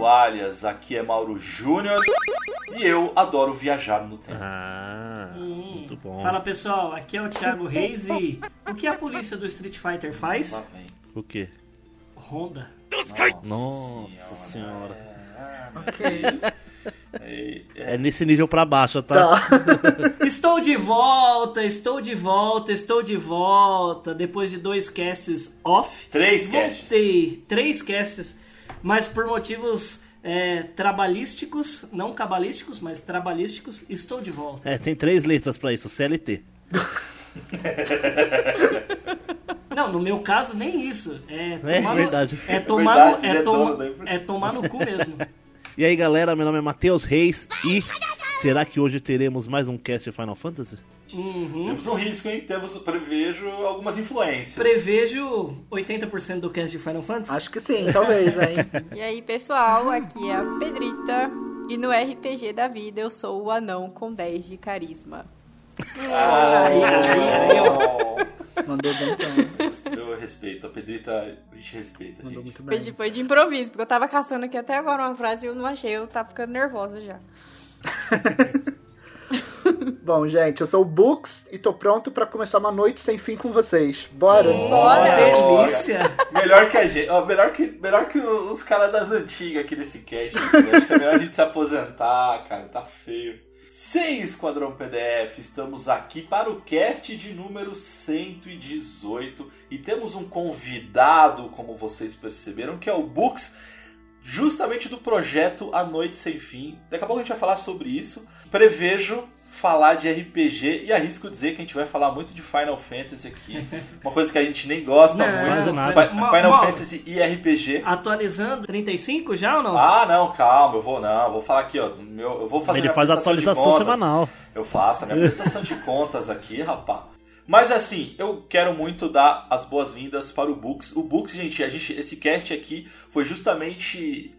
toalhas, aqui é Mauro Júnior e eu adoro viajar no tempo. Muito bom. Fala pessoal, aqui é o Thiago Reis e o que a polícia do Street Fighter faz? Lá vem. O quê? Ronda. Nossa senhora. É nesse nível pra baixo, tá? Estou de volta. Depois de 2 casts off. 3 casts. Voltei. 3 casts, mas por motivos trabalhísticos, não cabalísticos, mas trabalhísticos, estou de volta. Tem 3 letras pra isso, CLT. Não, no meu caso nem isso. Verdade. Tomar no cu mesmo. E aí galera, meu nome é Matheus Reis e será que hoje teremos mais um cast de Final Fantasy? Temos um risco, hein? Prevejo algumas influências. Prevejo 80% do cast de Final Fantasy? Acho que sim, talvez, hein? E aí pessoal, aqui é a Pedrita e no RPG da vida eu sou o anão com 10 de carisma. Mandou bem então. Eu respeito, a Pedrita, a gente respeita. Mandou Gente. muito bem. Foi de improviso, porque eu tava caçando aqui até agora uma frase e eu não achei, eu tava ficando nervosa já. Bom, gente, eu sou o Bux e tô pronto pra começar uma noite sem fim com vocês. Bora? Bora! Delícia! Melhor que a gente, melhor que os caras das antigas aqui desse cast. Acho que é melhor a gente se aposentar, cara, tá feio. Sim, Esquadrão PDF, estamos aqui para o cast de número 118 e temos um convidado, como vocês perceberam, que é o Bux, justamente do projeto A Noite Sem Fim. Daqui a pouco a gente vai falar sobre isso. Prevejo falar de RPG e arrisco dizer que a gente vai falar muito de Final Fantasy aqui. Uma coisa que a gente nem gosta muito. Final Fantasy e RPG. Atualizando 35 já ou não? Ah, não, calma, eu vou falar aqui, ó. Eu vou fazer Ele faz a atualização semanal. Eu faço a minha prestação de contas aqui, rapaz. Mas assim, eu quero muito dar as boas-vindas para o Bux. O Bux, gente, esse cast aqui foi justamente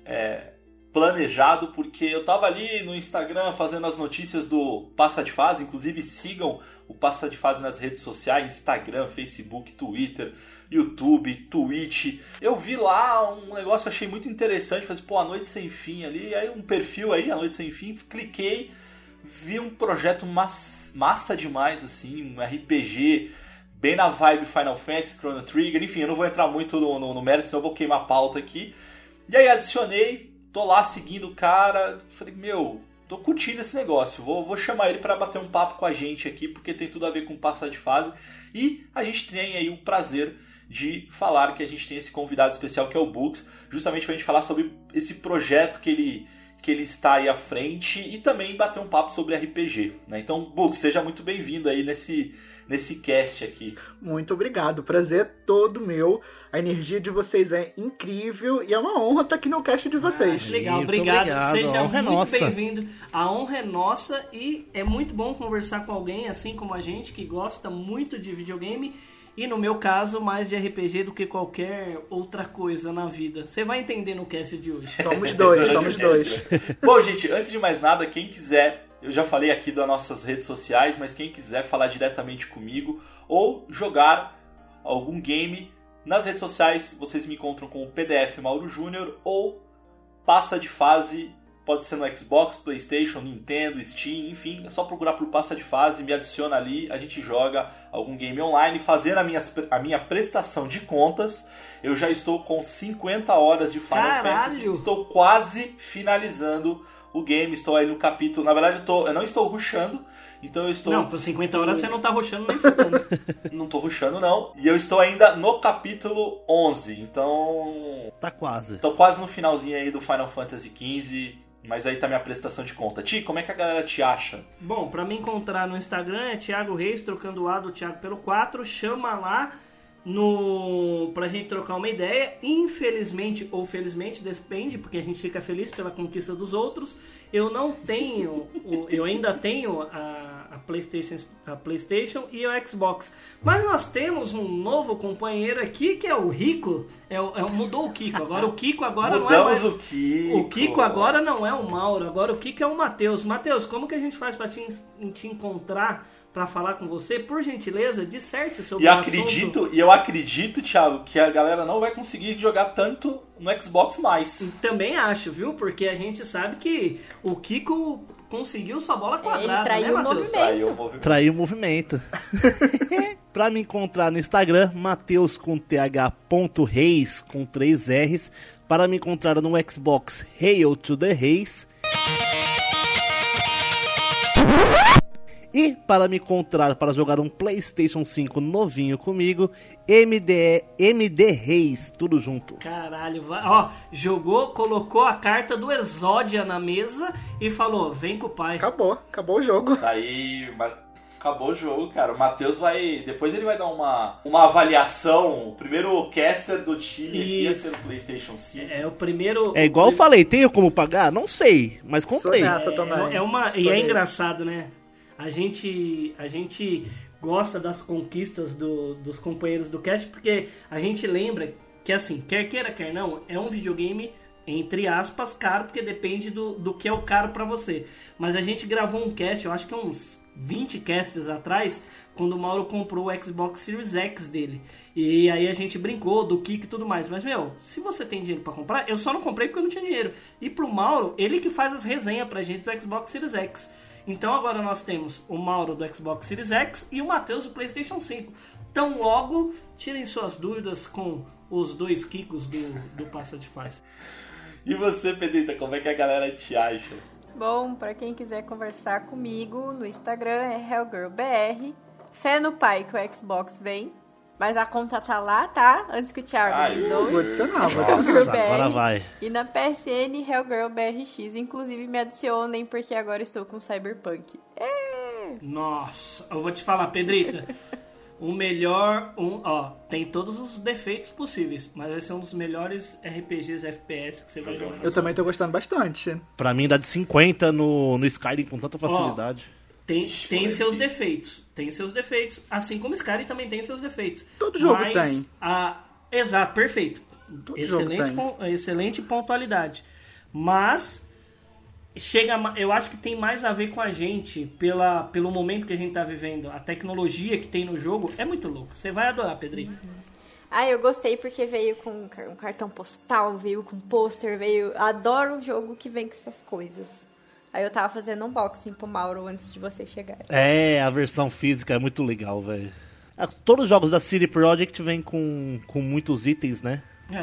planejado porque eu tava ali no Instagram fazendo as notícias do Passa de Fase. Inclusive sigam o Passa de Fase nas redes sociais, Instagram, Facebook, Twitter, YouTube, Twitch. Eu vi lá um negócio que eu achei muito interessante, falei, A Noite Sem Fim ali, aí um perfil aí, A Noite Sem Fim, cliquei, vi um projeto massa demais, assim, um RPG bem na vibe Final Fantasy, Chrono Trigger, enfim, eu não vou entrar muito no mérito, senão eu vou queimar a pauta aqui. E aí adicionei, tô lá seguindo o cara, falei, tô curtindo esse negócio, vou chamar ele para bater um papo com a gente aqui, porque tem tudo a ver com passar de fase, e a gente tem aí o prazer de falar que a gente tem esse convidado especial que é o Bux, justamente pra gente falar sobre esse projeto que ele está aí à frente e também bater um papo sobre RPG, né? Então, Bux, seja muito bem-vindo aí nesse cast aqui. Muito obrigado, prazer todo meu. A energia de vocês é incrível e é uma honra estar aqui no cast de vocês. Legal, obrigado. Seja muito bem-vindo. A honra é nossa e é muito bom conversar com alguém assim como a gente que gosta muito de videogame e no meu caso mais de RPG do que qualquer outra coisa na vida. Você vai entender no cast de hoje. Somos dois. Bom, gente, antes de mais nada, quem quiser, eu já falei aqui das nossas redes sociais, mas quem quiser falar diretamente comigo ou jogar algum game nas redes sociais, vocês me encontram com o PDF Mauro Júnior ou Passa de Fase, pode ser no Xbox, PlayStation, Nintendo, Steam, enfim, é só procurar por Passa de Fase, me adiciona ali, a gente joga algum game online, fazendo a minha prestação de contas. Eu já estou com 50 horas de Final Fantasy, estou quase finalizando o game, estou aí no capítulo, na verdade eu não estou rushando, então eu estou... Não, por 50 horas você não tá rushando nem fudendo. Não tô rushando não, e eu estou ainda no capítulo 11, então... Tá quase. Tô quase no finalzinho aí do Final Fantasy XV, mas aí tá minha prestação de conta. Ti, como é que a galera te acha? Bom, pra me encontrar no Instagram é Thiago Reis, trocando o A do Thiago pelo 4, chama lá pra gente trocar uma ideia. Infelizmente ou felizmente, depende, porque a gente fica feliz pela conquista dos outros. Eu ainda tenho a PlayStation e o Xbox. Mas nós temos um novo companheiro aqui, que é o Rico. Mudou o Kiko. Agora o Kiko agora não é mais... o Kiko. O Kiko agora não é o Mauro. Agora o Kiko é o Matheus. Matheus, como que a gente faz pra te encontrar, pra falar com você? Por gentileza, disserte sobre o assunto. E eu acredito, Thiago, que a galera não vai conseguir jogar tanto no Xbox mais. Também acho, viu? Porque a gente sabe que o Kiko conseguiu sua bola quadrada, traiu, né, Matheus? Traiu o movimento. Pra me encontrar no Instagram, Mateus.th.reis com 3 R's. Para me encontrar no Xbox, Hail to the Reis. E para me encontrar para jogar um PlayStation 5 novinho comigo, MD Reis, tudo junto. Caralho, jogou, colocou a carta do Exódia na mesa e falou, vem com o pai. Acabou o jogo. Isso aí, acabou o jogo, cara. O Matheus depois ele vai dar uma avaliação, o primeiro caster do time aqui ia ser no PlayStation 5. É o primeiro... É igual eu falei, tenho como pagar? Não sei, mas comprei. E é engraçado, né? A gente gosta das conquistas dos companheiros do cast, porque a gente lembra que, assim, quer queira, quer não, é um videogame, entre aspas, caro, porque depende do que é o caro pra você. Mas a gente gravou um cast, eu acho que uns 20 casts atrás, quando o Mauro comprou o Xbox Series X dele. E aí a gente brincou do Kik e tudo mais. Mas, se você tem dinheiro pra comprar, eu só não comprei porque eu não tinha dinheiro. E pro Mauro, ele que faz as resenhas pra gente do Xbox Series X. Então agora nós temos o Mauro do Xbox Series X e o Matheus do PlayStation 5. Então logo, tirem suas dúvidas com os dois Kikos do Passa de Faz. E você, Pedrita, como é que a galera te acha? Bom, pra quem quiser conversar comigo, no Instagram é HellGirlBR. Fé no pai que o Xbox vem. Mas a conta tá lá, tá? Antes que o Thiago avisou. Vou adicionar. Agora vai. E na PSN, HellGirlBRX. Inclusive, me adicionem, porque agora estou com Cyberpunk. Nossa, eu vou te falar, Pedrita. O melhor... tem todos os defeitos possíveis, mas vai ser um dos melhores RPGs FPS que você vai jogar. Eu também tô gostando bastante. Pra mim dá de 50 no Skyrim com tanta facilidade. Tem seus defeitos. Tem seus defeitos. Assim como Skyrim também tem seus defeitos. Todo jogo tem. Exato, perfeito. Todo Excelente pontualidade. Mas eu acho que tem mais a ver com a gente pelo momento que a gente tá vivendo. A tecnologia que tem no jogo é muito louca. Você vai adorar, Pedrito. Eu gostei porque veio com um cartão postal, veio com pôster, Adoro o jogo que vem com essas coisas. Aí eu tava fazendo um unboxing pro Mauro antes de você chegar. A versão física é muito legal, velho. Todos os jogos da CD Projekt vêm com muitos itens, né?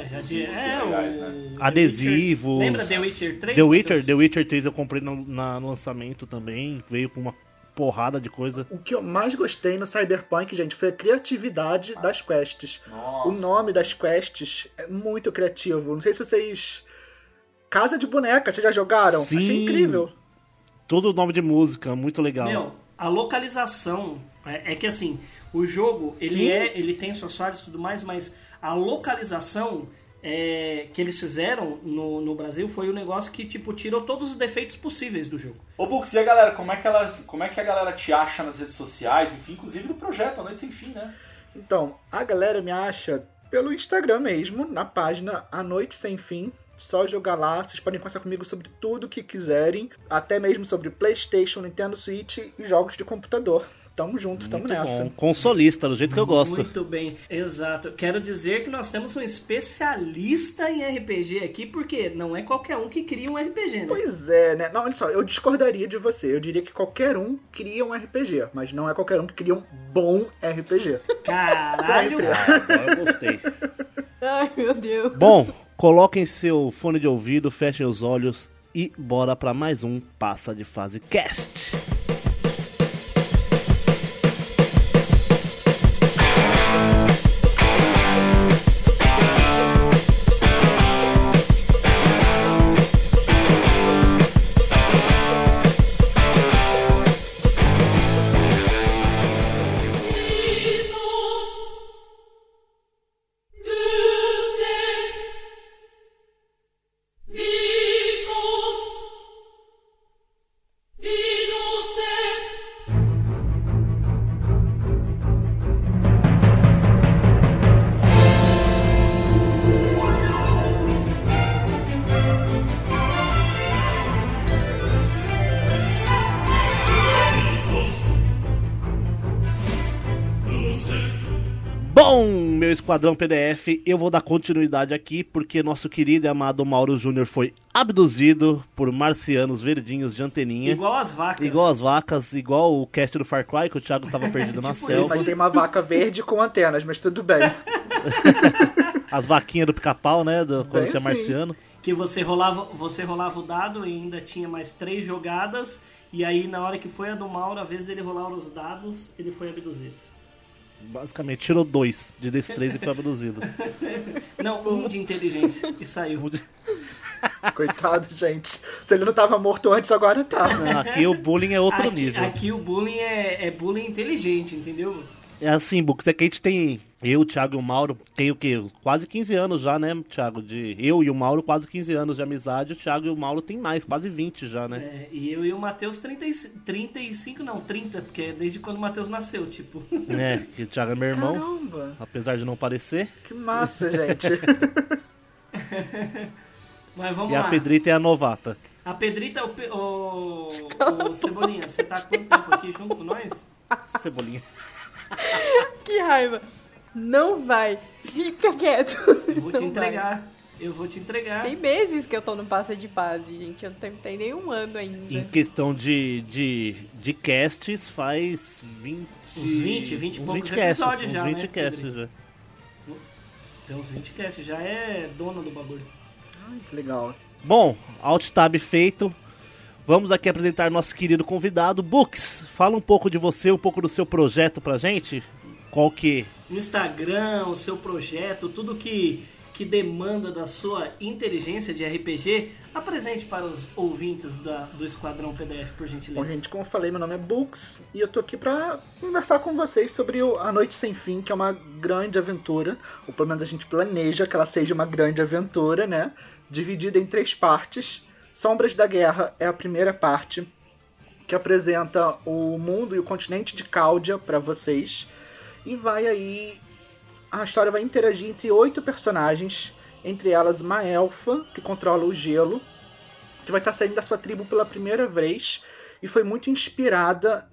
Adesivos. Lembra The Witcher 3? The Witcher 3 eu comprei no lançamento também. Veio com uma porrada de coisa. O que eu mais gostei no Cyberpunk, gente, foi a criatividade das quests. Nossa. O nome das quests é muito criativo. Não sei se vocês... Casa de Boneca, vocês já jogaram? Sim. Achei incrível. Todo nome de música, muito legal. A localização... É que assim, o jogo, ele tem suas falhas e tudo mais, mas a localização que eles fizeram no Brasil foi um negócio que, tirou todos os defeitos possíveis do jogo. Ô, Bux, e a galera, como é que a galera te acha nas redes sociais, enfim, inclusive do projeto A Noite Sem Fim, né? Então, a galera me acha pelo Instagram mesmo, na página A Noite Sem Fim. Só jogar lá, vocês podem conversar comigo sobre tudo que quiserem, até mesmo sobre PlayStation, Nintendo Switch e jogos de computador. Tamo junto, tamo nessa. Bom. Consolista, do jeito que eu gosto. Muito bem, exato. Quero dizer que nós temos um especialista em RPG aqui, porque não é qualquer um que cria um RPG, né? Pois é, né? Não, olha só, eu discordaria de você. Eu diria que qualquer um cria um RPG, mas não é qualquer um que cria um bom RPG. Caralho! Agora eu gostei. Ai, meu Deus. Bom, coloquem seu fone de ouvido, fechem os olhos e bora pra mais um Passa de Fase Cast. Vicus Esquadrão PDF, eu vou dar continuidade aqui, porque nosso querido e amado Mauro Júnior foi abduzido por marcianos verdinhos de anteninha. Igual as vacas. Igual as vacas, igual o cast do Far Cry, que o Thiago tava perdido na Tipo selva. Mas tem uma vaca verde com antenas, mas tudo bem. As vaquinhas do pica-pau, né, quando tinha sim. marciano. Que você rolava o dado e ainda tinha mais 3 jogadas, e aí na hora que foi a do Mauro, a vez dele rolar os dados, ele foi abduzido. Basicamente, tirou 2 de destreza e foi abduzido. Não, 1 de inteligência e saiu. Coitado, gente. Se ele não tava morto antes, agora tá. Não, aqui o bullying é outro nível. Aqui o bullying é bullying inteligente, entendeu? É assim, Bux, é que a gente tem... Eu, o Thiago e o Mauro, tem o quê? Quase 15 anos já, né, Thiago? Eu e o Mauro, quase 15 anos de amizade. O Thiago e o Mauro tem mais, quase 20 já, né? É, e eu e o Matheus 35, não, 30, porque é desde quando o Matheus nasceu, tipo. É, que o Thiago é meu irmão, Caramba, apesar de não parecer. que massa, gente. Mas vamos E lá. a Pedrita é a novata. A Pedrita, o Cebolinha, você tá há quanto tempo aqui junto com nós? Cebolinha. Que raiva. Não vai. Fica quieto. Eu vou te Não entregar. vai. Eu vou te entregar. Tem meses que eu tô no passe de fase, gente. Eu não tenho nenhum ano ainda. Em questão de casts, faz 20... Uns 20 e uns poucos 20 casts, episódios já, uns 20 né, casts Pedro? já. Tem uns 20 casts, já é dona do bagulho. Ai, que legal. Bom, Alt Tab feito. Vamos aqui apresentar nosso querido convidado. Bux, fala um pouco de você, um pouco do seu projeto pra gente. Qual que... Instagram, o seu projeto, tudo que demanda da sua inteligência de RPG, apresente para os ouvintes do Esquadrão PDF, por gentileza. Bom, gente, como eu falei, meu nome é Bux e eu tô aqui pra conversar com vocês sobre A Noite Sem Fim, que é uma grande aventura, ou pelo menos a gente planeja que ela seja uma grande aventura, né? Dividida em 3 partes. Sombras da Guerra é a primeira parte, que apresenta o mundo e o continente de Cáldia pra vocês. E vai aí... A história vai interagir entre 8 personagens, entre elas uma elfa, que controla o gelo, que vai estar saindo da sua tribo pela primeira vez, e foi muito inspirada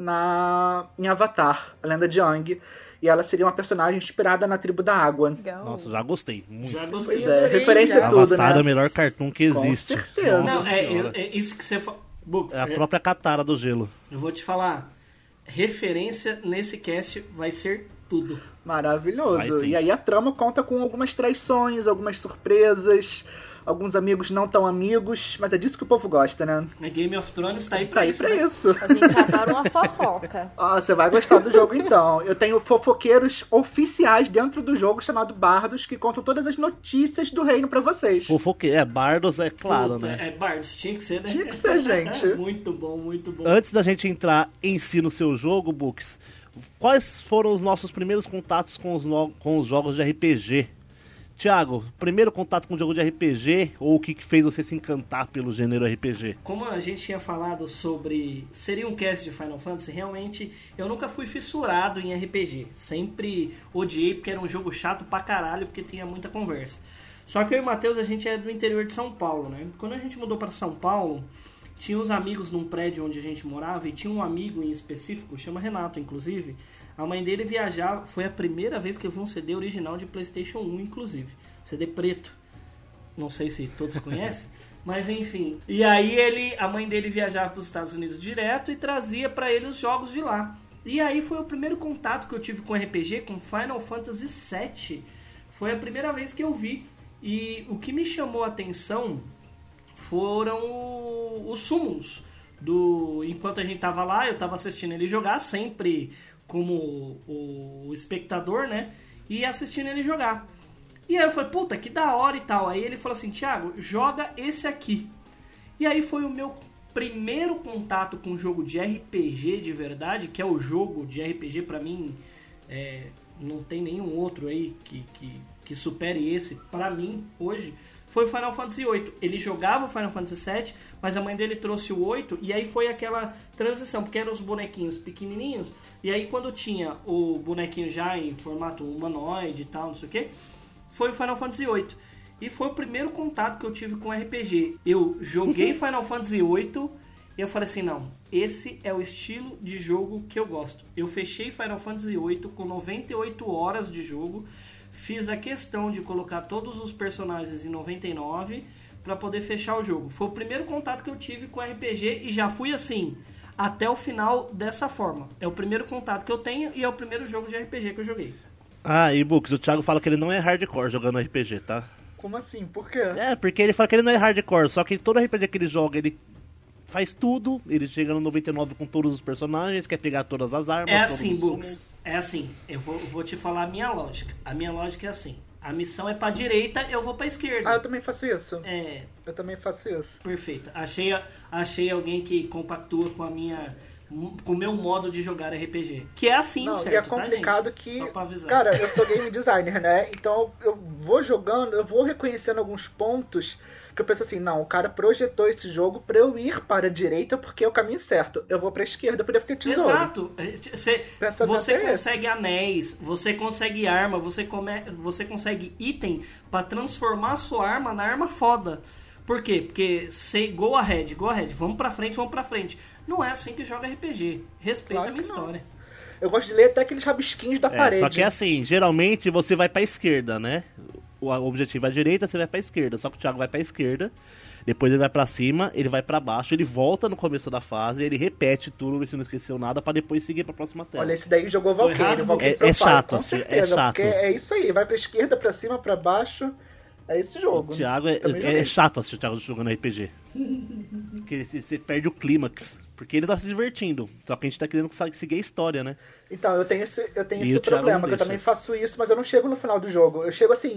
em Avatar, a lenda de Aang, e ela seria uma personagem inspirada na tribo da água. Legal. Nossa, já gostei. Muito. Já gostei. Pois é, adorei, referência já. a tudo, Avatar né? é o melhor cartoon que existe. certeza. Nossa Não, senhora. é isso que você fala. Bux, É a própria Katara do gelo. eu vou te falar. Referência nesse cast vai ser tudo. Vai Maravilhoso. sim. E aí a trama conta com algumas traições, algumas surpresas, alguns amigos não tão amigos, mas é disso que o povo gosta, né? A Game of Thrones tá aí pra Tá aí isso. pra né? isso. A gente adora uma fofoca. Ah, você vai gostar do jogo então. Eu tenho fofoqueiros oficiais dentro do jogo chamado Bardos que contam todas as notícias do reino pra vocês. Bardos, é claro, Puta, né? É Bards, tinha que ser, né? Tinha que ser, gente. Muito bom, muito bom. Antes da gente entrar em si no seu jogo, Bux, quais foram os nossos primeiros contatos com os jogos de RPG? Thiago, primeiro contato com o jogo de RPG, ou o que fez você se encantar pelo gênero RPG? Como a gente tinha falado sobre seria um cast de Final Fantasy, realmente eu nunca fui fissurado em RPG. Sempre odiei porque era um jogo chato pra caralho, porque tinha muita conversa. Só que eu e o Matheus, a gente é do interior de São Paulo, né? Quando a gente mudou para São Paulo, tinha uns amigos num prédio onde a gente morava e tinha um amigo em específico, chama Renato, inclusive. A mãe dele viajava, foi a primeira vez que eu vi um CD original de PlayStation 1, inclusive. CD preto. Não sei se todos conhecem, mas enfim. E aí a mãe dele viajava para os Estados Unidos direto e trazia para ele os jogos de lá. E aí foi o primeiro contato que eu tive com RPG, com Final Fantasy VII. Foi a primeira vez que eu vi. E o que me chamou a atenção foram os summons. Enquanto a gente tava lá, eu tava assistindo ele jogar, sempre como o espectador, né? E assistindo ele jogar. E aí eu falei, puta, que da hora e tal. Aí ele falou assim, Thiago, joga esse aqui. E aí foi o meu primeiro contato com um jogo de RPG de verdade, que é o jogo de RPG, pra mim, não tem nenhum outro aí que supere esse, pra mim, hoje, foi o Final Fantasy VIII. Ele jogava o Final Fantasy VII, mas a mãe dele trouxe o 8, e aí foi aquela transição, porque eram os bonequinhos pequenininhos, e aí quando tinha o bonequinho já em formato humanoide e tal, não sei o que, foi o Final Fantasy VIII. E foi o primeiro contato que eu tive com RPG. Eu joguei Final Fantasy VIII e eu falei assim, não, esse é o estilo de jogo que eu gosto. Eu fechei Final Fantasy VIII com 98 horas de jogo. fiz a questão de colocar todos os personagens em 99 pra poder fechar o jogo. Foi o primeiro contato que eu tive com RPG e já fui assim, até o final dessa forma. É o primeiro contato que eu tenho e é o primeiro jogo de RPG que eu joguei. Ah, e Books, o Thiago fala que ele não é hardcore jogando RPG, tá? Como assim? Por quê? É, porque ele fala que ele não é hardcore, só que todo RPG que ele joga, ele faz tudo, ele chega no 99 com todos os personagens, quer pegar todas as armas. É assim, Books, é assim, eu vou te falar a minha lógica. A minha lógica é assim, a missão é pra direita, eu vou pra esquerda. Ah, eu também faço isso. É. Eu também faço isso. Perfeito. Achei alguém que compactua com o meu modo de jogar RPG. Que é assim, não, certo, e é complicado, tá, gente? que... Só pra avisar. Cara, eu sou game designer, né? Então eu vou jogando, eu vou reconhecendo alguns pontos que eu penso assim, não, o cara projetou esse jogo pra eu ir para a direita porque é o caminho certo. Eu vou pra esquerda pra ter tesouro. Exato. Você consegue anéis, você consegue arma, você consegue item pra transformar a sua arma na arma foda. Por quê? Porque go ahead, vamos pra frente. Não é assim que joga RPG. Respeita a minha história. Eu gosto de ler até aqueles rabisquinhos da parede. Só que é assim, geralmente você vai pra esquerda, né? O objetivo é a direita, você vai pra esquerda. Só que o Thiago vai pra esquerda, depois ele vai pra cima, ele vai pra baixo, ele volta no começo da fase, ele repete tudo, ver se não esqueceu nada, pra depois seguir pra próxima tela. Olha, esse daí jogou Valkyrie. É chato, é chato. Porque é isso aí, vai pra esquerda, pra cima, pra baixo... É esse jogo. O Thiago é chato assistir o Thiago jogando RPG. Porque você perde o clímax. Porque ele tá se divertindo. Só que a gente tá querendo seguir a história, né? Então, eu tenho esse problema, que eu também faço isso, mas eu não chego no final do jogo. Eu chego assim,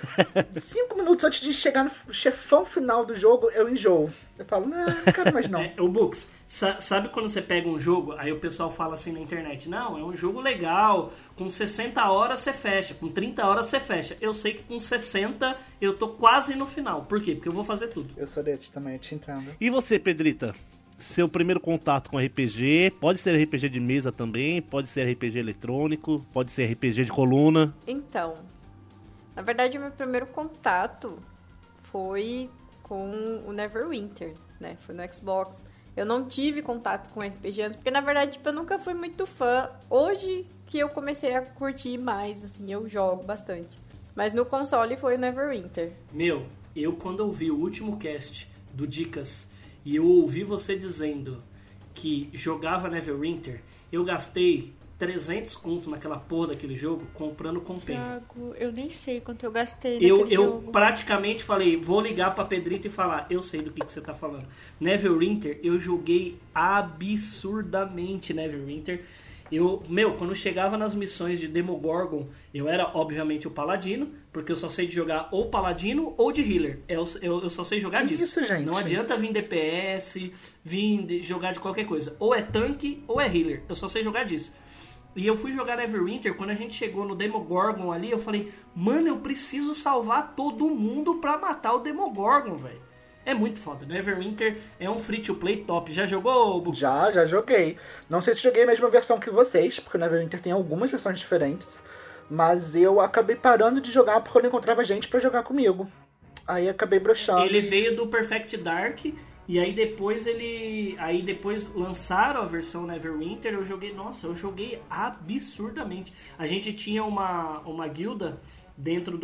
5 minutos antes de chegar no chefão final do jogo, eu enjoo. Eu falo, não quero mais não. O Books, sabe quando você pega um jogo, aí o pessoal fala assim na internet, não, é um jogo legal, com 60 horas você fecha, com 30 horas você fecha. Eu sei que com 60 eu tô quase no final. Por quê? Porque eu vou fazer tudo. Eu sou desse também, eu te entendo. E você, Pedrita? Seu primeiro contato com RPG, pode ser RPG de mesa também, pode ser RPG eletrônico, pode ser RPG de coluna. Então, na verdade, o meu primeiro contato foi com o Neverwinter, né? Foi no Xbox. Eu não tive contato com RPG antes, porque na verdade, tipo, eu nunca fui muito fã. Hoje que eu comecei a curtir mais, assim, eu jogo bastante. Mas no console foi o Neverwinter. Eu quando ouvi o último cast do Dicas e eu ouvi você dizendo que jogava Neverwinter, eu gastei 300 conto naquela porra daquele jogo comprando Companion. Thiago, eu nem sei quanto eu gastei naquele jogo. Eu praticamente falei, vou ligar pra Pedrito e falar, eu sei do que você tá falando. Neverwinter, eu joguei absurdamente Neverwinter. Quando chegava nas missões de Demogorgon, eu era, obviamente, o Paladino, porque eu só sei de jogar ou Paladino ou de Healer. Eu só sei jogar disso. Isso, gente? Não adianta vir DPS, jogar de qualquer coisa. Ou é tanque ou é Healer. Eu só sei jogar disso. E eu fui jogar Neverwinter, quando a gente chegou no Demogorgon ali, eu falei, mano, eu preciso salvar todo mundo pra matar o Demogorgon, velho. É muito foda. Neverwinter é um free-to-play top. Já jogou, Books? Já joguei. Não sei se joguei a mesma versão que vocês, porque o Neverwinter tem algumas versões diferentes. Mas eu acabei parando de jogar porque eu não encontrava gente pra jogar comigo. Aí acabei broxando. Ele veio do Perfect Dark, e aí depois lançaram a versão Neverwinter. Eu joguei absurdamente. A gente tinha uma guilda dentro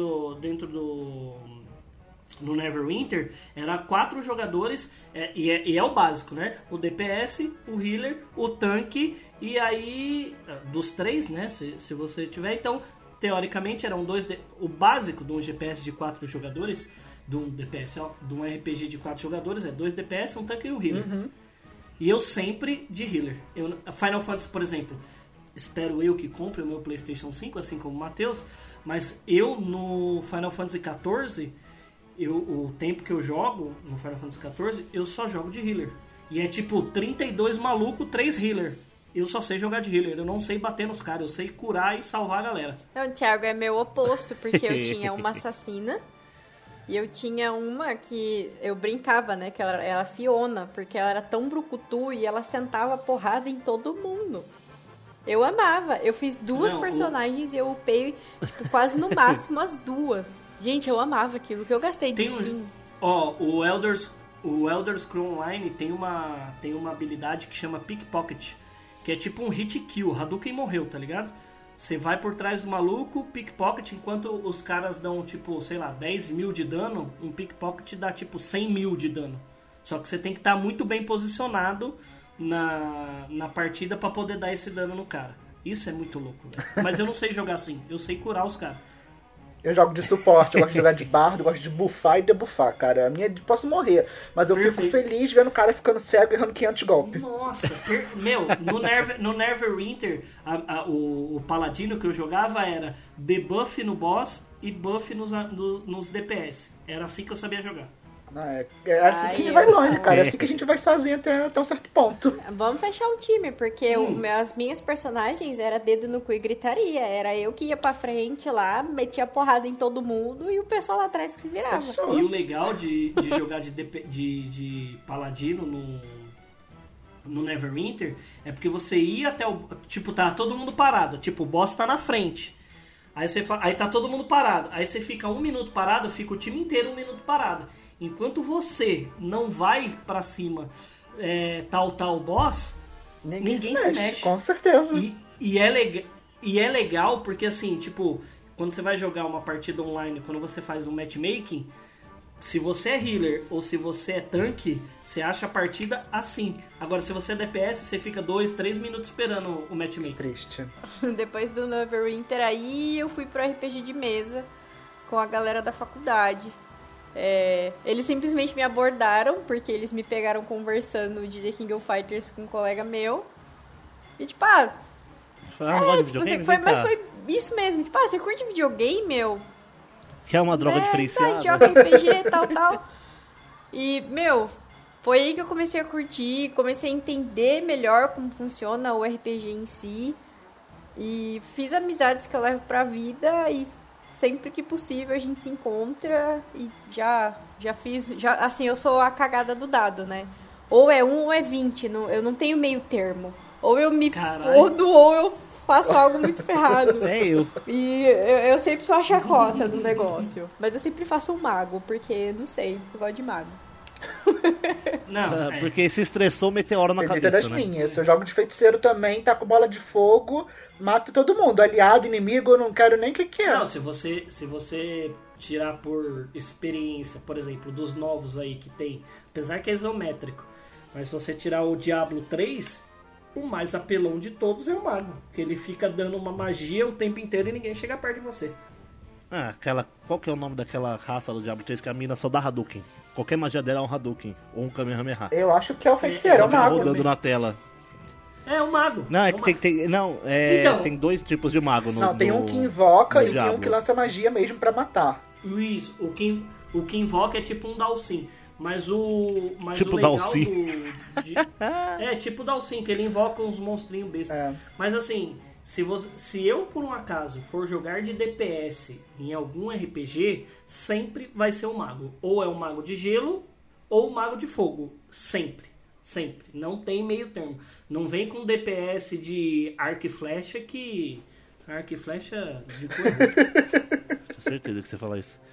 do no Neverwinter, era 4 jogadores, e é o básico, né? O DPS, o healer, o tanque, e aí dos 3, né? Se você tiver, então teoricamente eram 2, o básico de um GPS de 4 jogadores, de um DPS, de um RPG de 4 jogadores, é 2 DPS, um tanque e um healer. Uhum. E eu sempre de healer. Final Fantasy, por exemplo, espero eu que compre o meu PlayStation 5, assim como o Matheus, mas eu no Final Fantasy XIV, o tempo que eu jogo no Final Fantasy XIV, eu só jogo de healer. E é tipo 32 maluco, 3 healer. Eu só sei jogar de healer, eu não sei bater nos caras, eu sei curar e salvar a galera. Não, o Thiago é meu oposto, porque eu tinha uma assassina e eu tinha uma que eu brincava, né, que ela era Fiona, porque ela era tão brucutu e ela sentava porrada em todo mundo. Eu amava, eu fiz 2 personagens e eu upei tipo, quase no máximo as 2. Gente, eu amava aquilo que eu gastei de skin. O Elder Scrolls Online tem uma habilidade que chama Pickpocket, que é tipo um hit kill, Hadouken morreu, tá ligado? Você vai por trás do maluco, pickpocket, enquanto os caras dão, tipo, sei lá, 10 mil de dano, um pickpocket dá, tipo, 100 mil de dano. Só que você tem que estar muito bem posicionado na partida pra poder dar esse dano no cara. Isso é muito louco, velho. Mas eu não sei jogar assim, eu sei curar os caras. Eu jogo de suporte, eu gosto de jogar de bardo, eu gosto de buffar e debuffar, cara. A minha posso morrer, mas eu fico feliz vendo o cara ficando cego e errando 500 golpes. Nossa, meu, no Neverwinter, o paladino que eu jogava era debuff no boss e buff nos DPS. Era assim que eu sabia jogar. É assim que a gente vai longe, cara. É assim que a gente vai sozinho até um certo ponto. Vamos fechar um time, porque as minhas personagens era dedo no cu e gritaria. Era eu que ia pra frente lá, metia porrada em todo mundo e o pessoal lá atrás que se virava. E o legal de jogar de paladino no Neverwinter é porque você ia até o... Tipo, tá todo mundo parado. Tipo, o boss tá na frente. Aí tá todo mundo parado. Aí você fica 1 minuto parado, fica o time inteiro 1 minuto parado. Enquanto você não vai pra cima tal boss, ninguém se mexe. Com certeza. E é legal porque assim, tipo, quando você vai jogar uma partida online, quando você faz um matchmaking, se você é healer ou se você é tanque, você acha a partida assim. Agora, se você é DPS, você fica 2, 3 minutos esperando o matchmaking. Triste. Depois do Neverwinter, aí eu fui pro RPG de mesa com a galera da faculdade. Eles simplesmente me abordaram, porque eles me pegaram conversando de The King of Fighters com um colega meu. E tipo, mas foi isso mesmo. Tipo, você curte videogame, meu? Que é uma droga diferenciada. Joga RPG, tal. E, meu, foi aí que eu comecei a curtir, comecei a entender melhor como funciona o RPG em si. E fiz amizades que eu levo pra vida e sempre que possível a gente se encontra. E já fiz, assim, eu sou a cagada do dado, né? Ou é 1 ou é 20, eu não tenho meio termo. Ou eu me fodo ou eu faço algo muito ferrado. E eu sempre sou a chacota do negócio. Mas eu sempre faço um mago, porque, não sei, eu gosto de mago. Não, porque se estressou, meteoro na cabeça, das minhas. Eu jogo de feiticeiro também, tá com bola de fogo, mato todo mundo. Aliado, inimigo, eu não quero nem que é. Não, se você tirar por experiência, por exemplo, dos novos aí que tem, apesar que é isométrico, mas se você tirar o Diablo 3... O mais apelão de todos é o mago. Que ele fica dando uma magia o tempo inteiro e ninguém chega perto de você. Qual que é o nome daquela raça do Diablo 3 que a mina só dá Hadouken? Qualquer magia dela é um Hadouken. Ou um Kamehameha. Eu acho que é o feiticeiro, é o mago. Rodando na tela. É o mago. Não, tem 2 tipos de mago. Tem um que invoca e tem um que lança magia mesmo pra matar. Isso, o que invoca é tipo um Dalsim. Mas o tipo legal Dalsim. Tipo Dalsim, que ele invoca uns monstrinhos bestas. Mas assim, se eu por um acaso for jogar de DPS em algum RPG, sempre vai ser um mago. Ou é um mago de gelo, ou um mago de fogo. Sempre. Sempre. Não tem meio termo. Não vem com DPS de arco e flecha que... Arco e flecha de cor. Tenho certeza que você fala isso.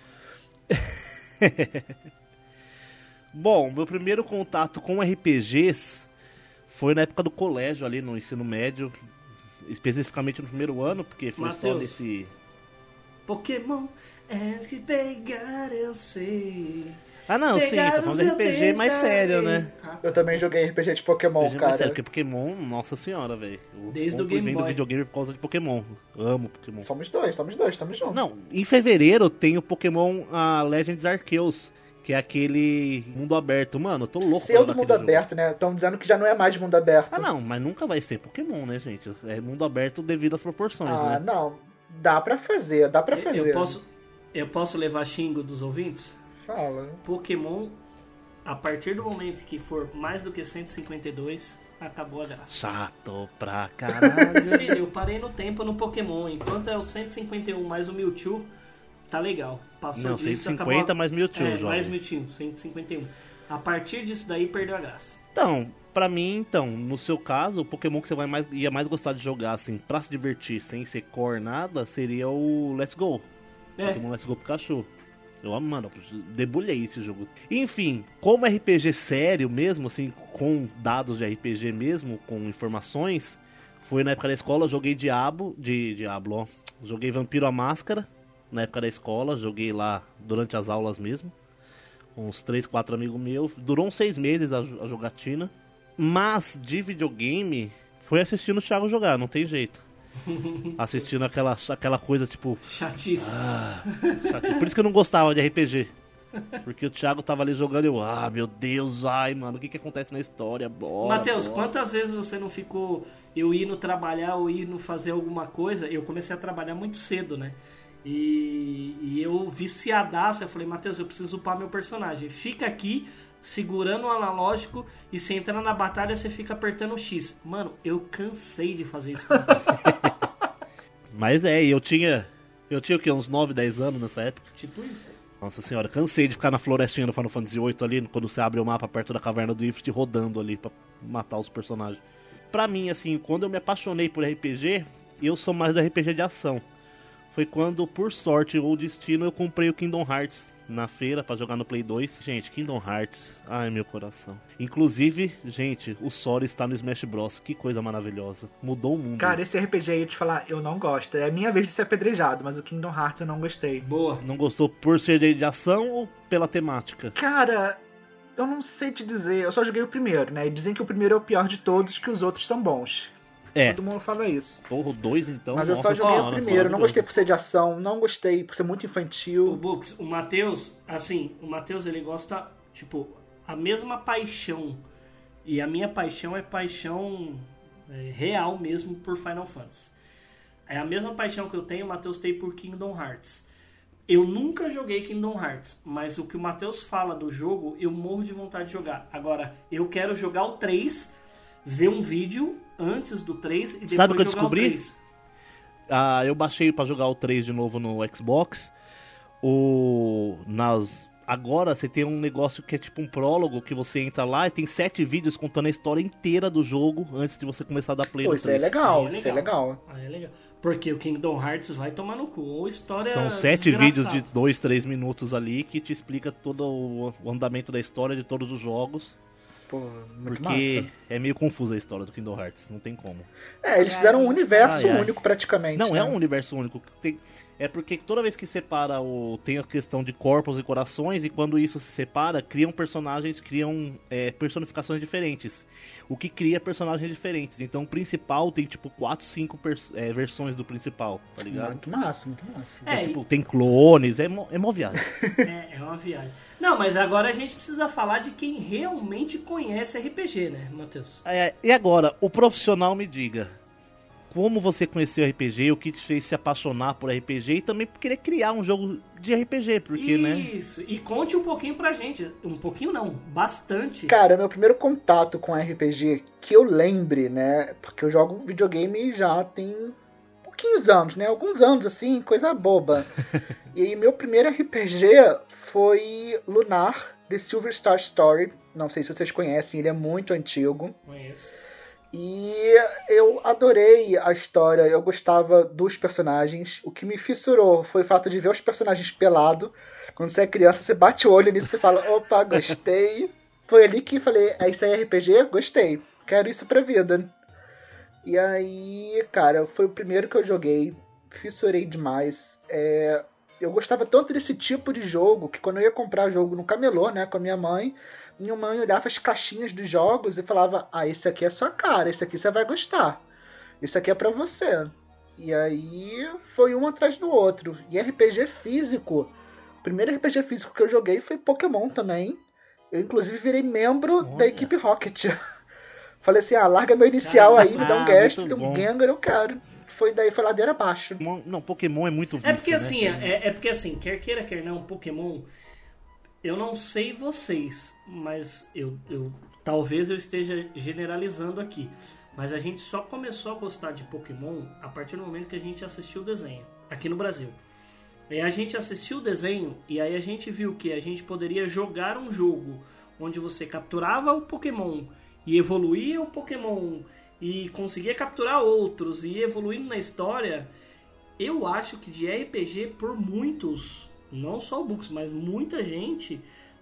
Bom, meu primeiro contato com RPGs foi na época do colégio, ali no ensino médio, especificamente no primeiro ano, porque foi Mateus, só nesse... Pokémon é que pegar, eu sei. Não, sim, tô falando de RPG mais sério, né? Eu também joguei RPG de Pokémon, RPG cara. Mais sério, porque Pokémon, nossa senhora, velho. Desde o Game Boy. Do videogame por causa de Pokémon. Eu amo Pokémon. Somos dois, estamos juntos. Não, em fevereiro tem o Pokémon Legends Arceus, que é aquele mundo aberto. Mano, eu tô louco pra do mundo aberto, né? Estão dizendo que já não é mais mundo aberto. Não, mas nunca vai ser Pokémon, né, gente? É mundo aberto devido às proporções, né? Não. Dá pra fazer. Eu posso levar xingo dos ouvintes? Fala. Pokémon, a partir do momento que for mais do que 152, acabou a graça. Chato pra caralho. Filho, eu parei no tempo no Pokémon. Enquanto é o 151 mais o Mewtwo, tá legal. Passou não, disso, 150 acabou... mais Mewtwo, jovem. Mais Mewtwo, 151. A partir disso daí, perdeu a graça. Então, pra mim, no seu caso, o Pokémon que você ia mais gostar de jogar, assim, pra se divertir, sem ser core nada, seria o Let's Go. Pokémon Let's Go Pikachu. Eu amo, mano, debulhei esse jogo. Enfim, como RPG sério mesmo, assim, com dados de RPG mesmo, com informações, Foi na época da escola, joguei Diablo, ó. Joguei Vampiro à Máscara, na época da escola, joguei lá durante as aulas mesmo. Com uns 3, 4 amigos meus. Durou uns 6 meses a jogatina. Mas, de videogame, foi assistindo o Thiago jogar, não tem jeito. Assistindo aquela coisa, tipo... Chatice. Por isso que eu não gostava de RPG. Porque o Thiago tava ali jogando e eu... meu Deus, mano, o que acontece na história? Bora, Matheus, quantas vezes você não ficou... Eu indo trabalhar ou indo fazer alguma coisa... Eu comecei a trabalhar muito cedo, né? E eu viciadaço, eu falei, Matheus, eu preciso upar meu personagem. Fica aqui, segurando o analógico, e você entrando na batalha, você fica apertando o X. Mano, eu cansei de fazer isso com Mas eu tinha o quê? Uns 9, 10 anos nessa época. Tipo isso. Nossa senhora, cansei de ficar na florestinha do Final Fantasy VIII ali, quando você abre o mapa perto da caverna do Ifrit, rodando ali pra matar os personagens. Pra mim, assim, quando eu me apaixonei por RPG, eu sou mais do RPG de ação. Foi quando, por sorte ou destino, eu comprei o Kingdom Hearts na feira pra jogar no Play 2. Gente, Kingdom Hearts, ai meu coração. Inclusive, gente, o Sora está no Smash Bros. Que coisa maravilhosa. Mudou o mundo. Cara, esse RPG aí, eu te falar, eu não gosto. É a minha vez de ser apedrejado, mas o Kingdom Hearts eu não gostei. Boa. Não gostou por ser de ação ou pela temática? Cara, eu não sei te dizer. Eu só joguei o primeiro, né? E dizem que o primeiro é o pior de todos, que os outros são bons. Todo mundo fala isso. Porra, o 2 então. Mas eu só joguei o primeiro. Não gostei por ser de ação, não gostei por ser muito infantil. O Bux, o Matheus, assim, ele gosta, tipo, a mesma paixão. E a minha paixão é paixão real mesmo por Final Fantasy. É a mesma paixão que eu tenho, o Matheus tem por Kingdom Hearts. Eu nunca joguei Kingdom Hearts, mas o que o Matheus fala do jogo, eu morro de vontade de jogar. Agora, eu quero jogar o 3, ver um vídeo antes do 3 e depois Sabe o que eu jogar descobri? O 3. Eu baixei pra jogar o 3 de novo no Xbox. Agora você tem um negócio que é tipo um prólogo, que você entra lá e tem 7 vídeos contando a história inteira do jogo antes de você começar a dar play no 3. Isso é legal, isso é legal. É legal. Porque o Kingdom Hearts vai tomar no cu. Ou história São 7 vídeos de 2, 3 minutos ali que te explica todo o andamento da história de todos os jogos. Pô, muito porque massa. É meio confusa a história do Kingdom Hearts, não tem como. Eles fizeram um universo único praticamente. Não, né? é um universo único. É porque toda vez que separa tem a questão de corpos e corações, e quando isso se separa, criam personagens, personificações diferentes. O que cria personagens diferentes. Então o principal tem tipo 4, 5 versões do principal, tá ligado? Muito massa, muito massa. Tem clones, é mó viagem. É uma viagem. Não, mas agora a gente precisa falar de quem realmente conhece RPG, né, Matheus? E agora, o profissional me diga. Como você conheceu RPG, o que te fez se apaixonar por RPG e também por querer criar um jogo de RPG, porque, Isso, e conte um pouquinho pra gente. Um pouquinho não, bastante. Cara, meu primeiro contato com RPG, que eu lembre, né, porque eu jogo videogame já tem pouquinhos anos, né, alguns anos, assim, coisa boba. E aí meu primeiro RPG foi Lunar, The Silver Star Story. Não sei se vocês conhecem, ele é muito antigo. Conheço. E eu adorei a história, eu gostava dos personagens. O que me fissurou foi o fato de ver os personagens pelados. Quando você é criança, você bate o olho nisso e fala, opa, gostei. Foi ali que falei, isso aí é RPG? Gostei, quero isso pra vida. E aí, cara, foi o primeiro que eu joguei, fissurei demais. Eu gostava tanto desse tipo de jogo, que quando eu ia comprar jogo no camelô, né, com a minha mãe olhava as caixinhas dos jogos e falava, esse aqui é sua cara, esse aqui você vai gostar, esse aqui é pra você. E aí foi um atrás do outro. E RPG físico, o primeiro RPG físico que eu joguei foi Pokémon também. Eu inclusive virei membro da equipe Rocket. Falei assim, larga meu inicial aí, me dá um Gastly, um Gengar, eu quero. Foi ladeira abaixo. Não, Pokémon é muito vício, porque assim, né? é porque assim, quer queira, quer não, Pokémon... Eu não sei vocês, mas talvez eu esteja generalizando aqui. Mas a gente só começou a gostar de Pokémon a partir do momento que a gente assistiu o desenho, aqui no Brasil. E a gente assistiu o desenho e aí a gente viu que a gente poderia jogar um jogo onde você capturava o Pokémon e evoluía o Pokémon e conseguia capturar outros e ir evoluindo na história. Eu acho que de RPG, por muitos... Não só o Bux, mas muita gente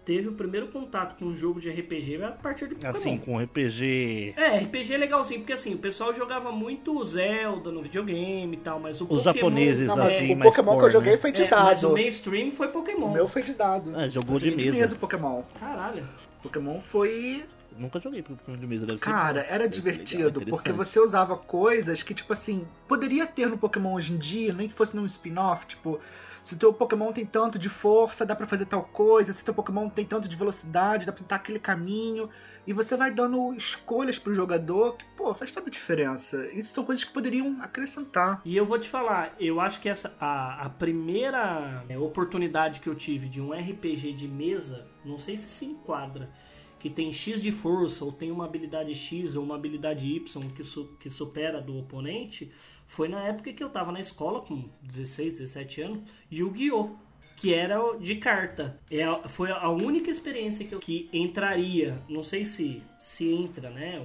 teve o primeiro contato com um jogo de RPG a partir de Pokémon. Assim, com RPG... RPG é legalzinho, porque assim, o pessoal jogava muito Zelda no videogame e tal, mas o Os Pokémon... japoneses, assim, o mais Pokémon core, que eu joguei né? foi de dado. Mas o mainstream foi Pokémon. O meu foi de dado. Jogou de Eu joguei mesa. o Pokémon. Caralho. Pokémon foi... Nunca joguei Pokémon de mesa, deve ser... Cara, era divertido, porque você usava coisas que, tipo assim, poderia ter no Pokémon hoje em dia, nem que fosse num spin-off, tipo, se teu Pokémon tem tanto de força, dá pra fazer tal coisa, se teu Pokémon tem tanto de velocidade, dá pra tentar aquele caminho, e você vai dando escolhas pro jogador, que, pô, faz toda a diferença. Isso são coisas que poderiam acrescentar. E eu vou te falar, eu acho que a primeira oportunidade que eu tive de um RPG de mesa, não sei se enquadra, que tem X de força, ou tem uma habilidade X ou uma habilidade Y que supera do oponente, foi na época que eu tava na escola, com 16, 17 anos, Yu-Gi-Oh! Que era de carta. Foi a única experiência que entraria, não sei se entra, né,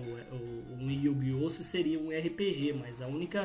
o Yu-Gi-Oh! Se seria um RPG, mas a única...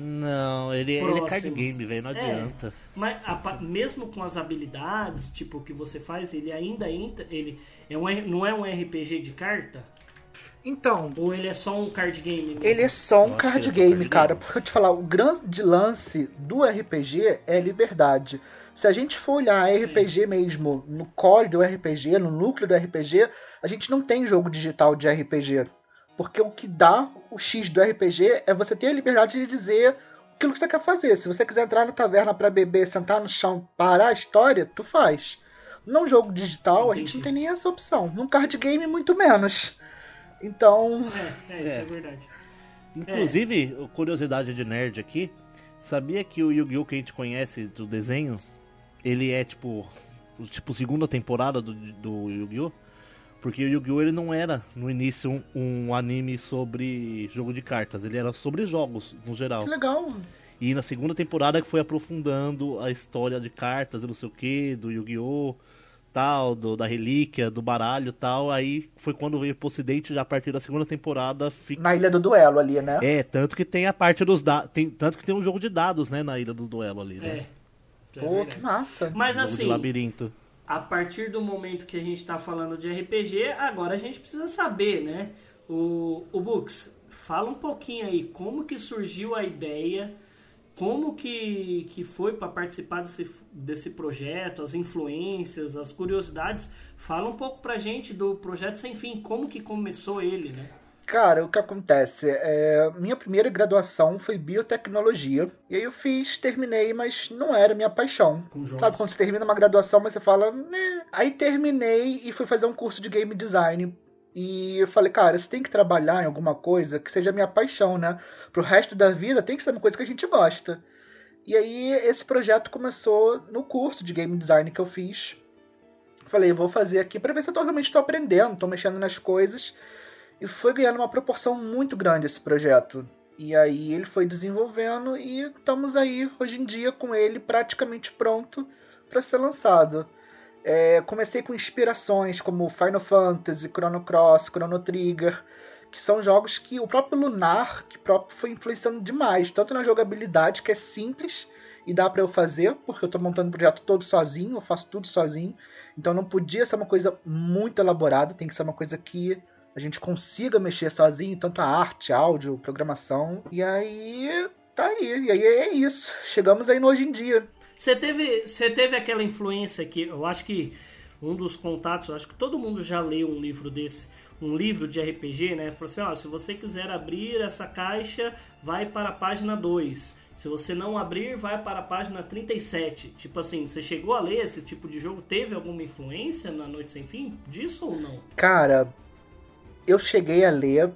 Não, ele é card game, velho, não adianta. Mas mesmo com as habilidades, tipo, que você faz, ele ainda entra, ele não é um RPG de carta? Então... Ou ele é só um card game mesmo? Ele é só um card game, cara. Porque eu te falar, o grande lance do RPG é liberdade. Se a gente for olhar RPG mesmo, no core do RPG, no núcleo do RPG, a gente não tem jogo digital de RPG. Porque o que dá o X do RPG é você ter a liberdade de dizer aquilo que você quer fazer. Se você quiser entrar na taverna pra beber, sentar no chão, parar a história, tu faz. Num jogo digital, a gente não tem nem essa opção. Num card game, muito menos. Então... Isso é verdade. Inclusive, curiosidade de nerd aqui, sabia que o Yu-Gi-Oh! Que a gente conhece do desenho, ele é tipo segunda temporada do Yu-Gi-Oh! Porque o Yu-Gi-Oh! Ele não era, no início, um anime sobre jogo de cartas, ele era sobre jogos, no geral. Que legal! E na segunda temporada que foi aprofundando a história de cartas e não sei o que, do Yu-Gi-Oh! Tal, da relíquia, do baralho e tal, aí foi quando veio pro ocidente, já a partir da segunda temporada... Na Ilha do Duelo ali, né? Tanto que tem a parte dos dados, tanto que tem um jogo de dados, né, na Ilha do Duelo ali, né? Pô, que massa! Mas jogo assim, de labirinto. A partir do momento que a gente tá falando de RPG, agora a gente precisa saber, né? O Bux, fala um pouquinho aí, como que surgiu a ideia... Como que foi para participar desse projeto, as influências, as curiosidades? Fala um pouco pra gente do Projeto Sem Fim, como que começou ele, né? Cara, o que acontece? Minha primeira graduação foi biotecnologia. E aí eu terminei, mas não era minha paixão. Sabe quando você termina uma graduação, mas você fala, né? Aí terminei e fui fazer um curso de game design. E eu falei, cara, você tem que trabalhar em alguma coisa que seja minha paixão, né? Pro resto da vida tem que ser uma coisa que a gente gosta. E aí esse projeto começou no curso de game design que eu fiz. Falei, vou fazer aqui pra ver se eu realmente tô aprendendo, tô mexendo nas coisas. E foi ganhando uma proporção muito grande esse projeto. E aí ele foi desenvolvendo e estamos aí hoje em dia com ele praticamente pronto para ser lançado. Comecei com inspirações como Final Fantasy, Chrono Cross, Chrono Trigger, que são jogos que o próprio Lunar que foi influenciando demais, tanto na jogabilidade, que é simples e dá para eu fazer, porque eu estou montando o projeto todo sozinho, eu faço tudo sozinho, então não podia ser uma coisa muito elaborada, tem que ser uma coisa que a gente consiga mexer sozinho, tanto a arte, áudio, programação, e aí tá aí, e aí é isso, chegamos aí no hoje em dia. Você teve aquela influência que eu acho que um dos contatos, eu acho que todo mundo já leu um livro desse, um livro de RPG, né? Falou assim, se você quiser abrir essa caixa, vai para a página 2. Se você não abrir, vai para a página 37. Tipo assim, você chegou a ler esse tipo de jogo? Teve alguma influência na Noite Sem Fim disso ou não? Cara, eu cheguei a ler,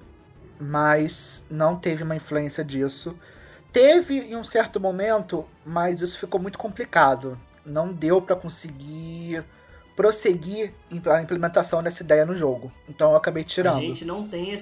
mas não teve uma influência disso. Teve em um certo momento, mas isso ficou muito complicado. Não deu para conseguir prosseguir a implementação dessa ideia no jogo. Então eu acabei tirando. A gente não tem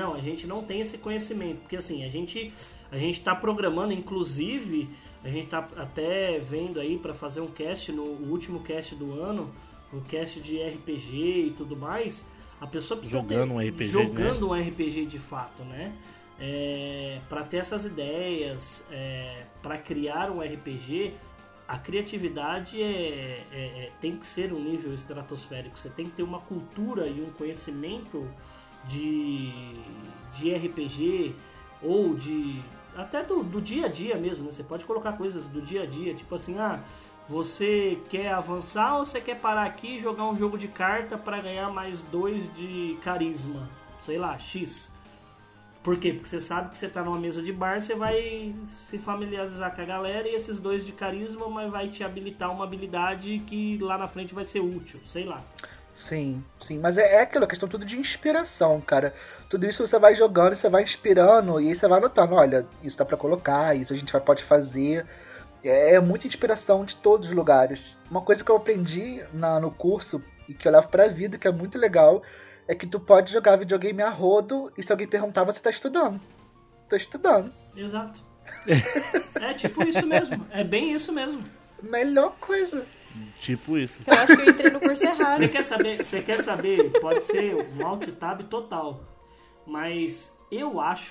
esse conhecimento, porque assim, a gente tá programando, inclusive, a gente tá até vendo aí para fazer um cast no último cast do ano, um cast de RPG e tudo mais. A pessoa precisa jogando um RPG de fato, né? Para ter essas ideias, para criar um RPG, a criatividade tem que ser um nível estratosférico. Você tem que ter uma cultura e um conhecimento de RPG ou até do dia a dia mesmo, né? Você pode colocar coisas do dia a dia, tipo assim, você quer avançar ou você quer parar aqui e jogar um jogo de carta para ganhar mais 2 de carisma? Sei lá, X. Por quê? Porque você sabe que você tá numa mesa de bar, você vai se familiarizar com a galera e esses 2 de carisma vai te habilitar uma habilidade que lá na frente vai ser útil, sei lá. Sim, mas é aquela questão tudo de inspiração, cara. Tudo isso você vai jogando, você vai inspirando e aí você vai anotando, olha, isso dá pra colocar, isso a gente pode fazer. É muita inspiração de todos os lugares. Uma coisa que eu aprendi no curso e que eu levo pra vida, que é muito legal, é que tu pode jogar videogame a rodo e se alguém perguntar, você tá estudando. Tô estudando. Exato. É tipo isso mesmo. É bem isso mesmo. Melhor coisa. Tipo isso. Eu acho que eu entrei no curso errado. Você quer saber? Pode ser um alt-tab total. Mas eu,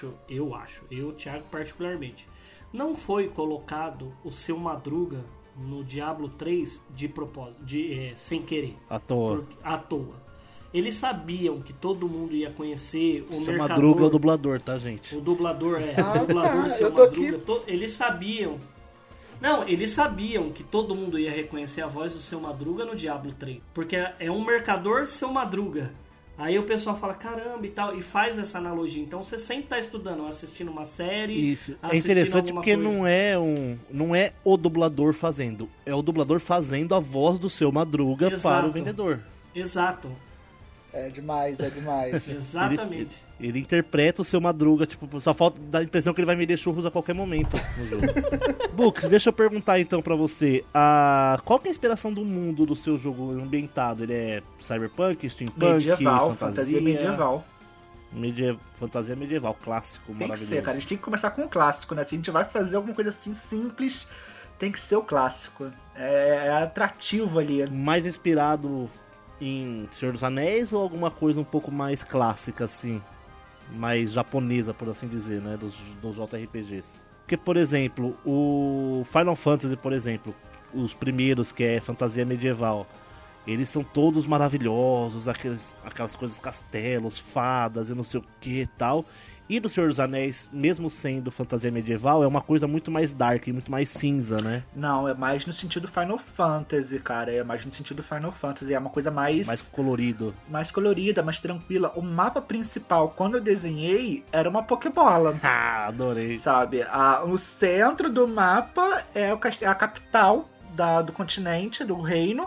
Thiago, particularmente, não foi colocado o seu Madruga no Diablo 3 de propósito, sem querer. À toa. À toa. Eles sabiam que todo mundo ia conhecer o Seu mercador. Madruga é o dublador, tá, gente? O dublador, o dublador, Seu Madruga. Eles sabiam. Não, eles sabiam que todo mundo ia reconhecer a voz do Seu Madruga no Diablo 3. Porque é um mercador Seu Madruga. Aí o pessoal fala, caramba e tal, e faz essa analogia. Então você sempre tá estudando, assistindo uma série. Isso. É interessante porque coisa. não é o dublador fazendo. É o dublador fazendo a voz do Seu Madruga. Exato. Para o vendedor. Exato. É demais. Exatamente. Ele interpreta o Seu Madruga, tipo, só falta dar a impressão que ele vai vender churros a qualquer momento no jogo. Books, deixa eu perguntar então pra você, qual que é a inspiração do mundo do seu jogo ambientado? Ele é cyberpunk, steampunk, medieval, fantasia medieval. Fantasia medieval, clássico, tem maravilhoso. Tem que ser, cara, a gente tem que começar com o clássico, né? Se a gente vai fazer alguma coisa assim simples, tem que ser o clássico. É atrativo ali. Mais inspirado em Senhor dos Anéis ou alguma coisa um pouco mais clássica, assim, mais japonesa, por assim dizer, né, dos JRPGs? Porque, por exemplo, o Final Fantasy, por exemplo, os primeiros, que é fantasia medieval, eles são todos maravilhosos, aquelas coisas, castelos, fadas e não sei o que e tal. E do Senhor dos Anéis, mesmo sendo fantasia medieval, é uma coisa muito mais dark, muito mais cinza, né? Não, é mais no sentido Final Fantasy, cara. É mais no sentido Final Fantasy. É uma coisa mais colorido. Mais colorida, mais tranquila. O mapa principal, quando eu desenhei, era uma Pokébola. Adorei. Sabe? O centro do mapa é a capital do continente, do reino.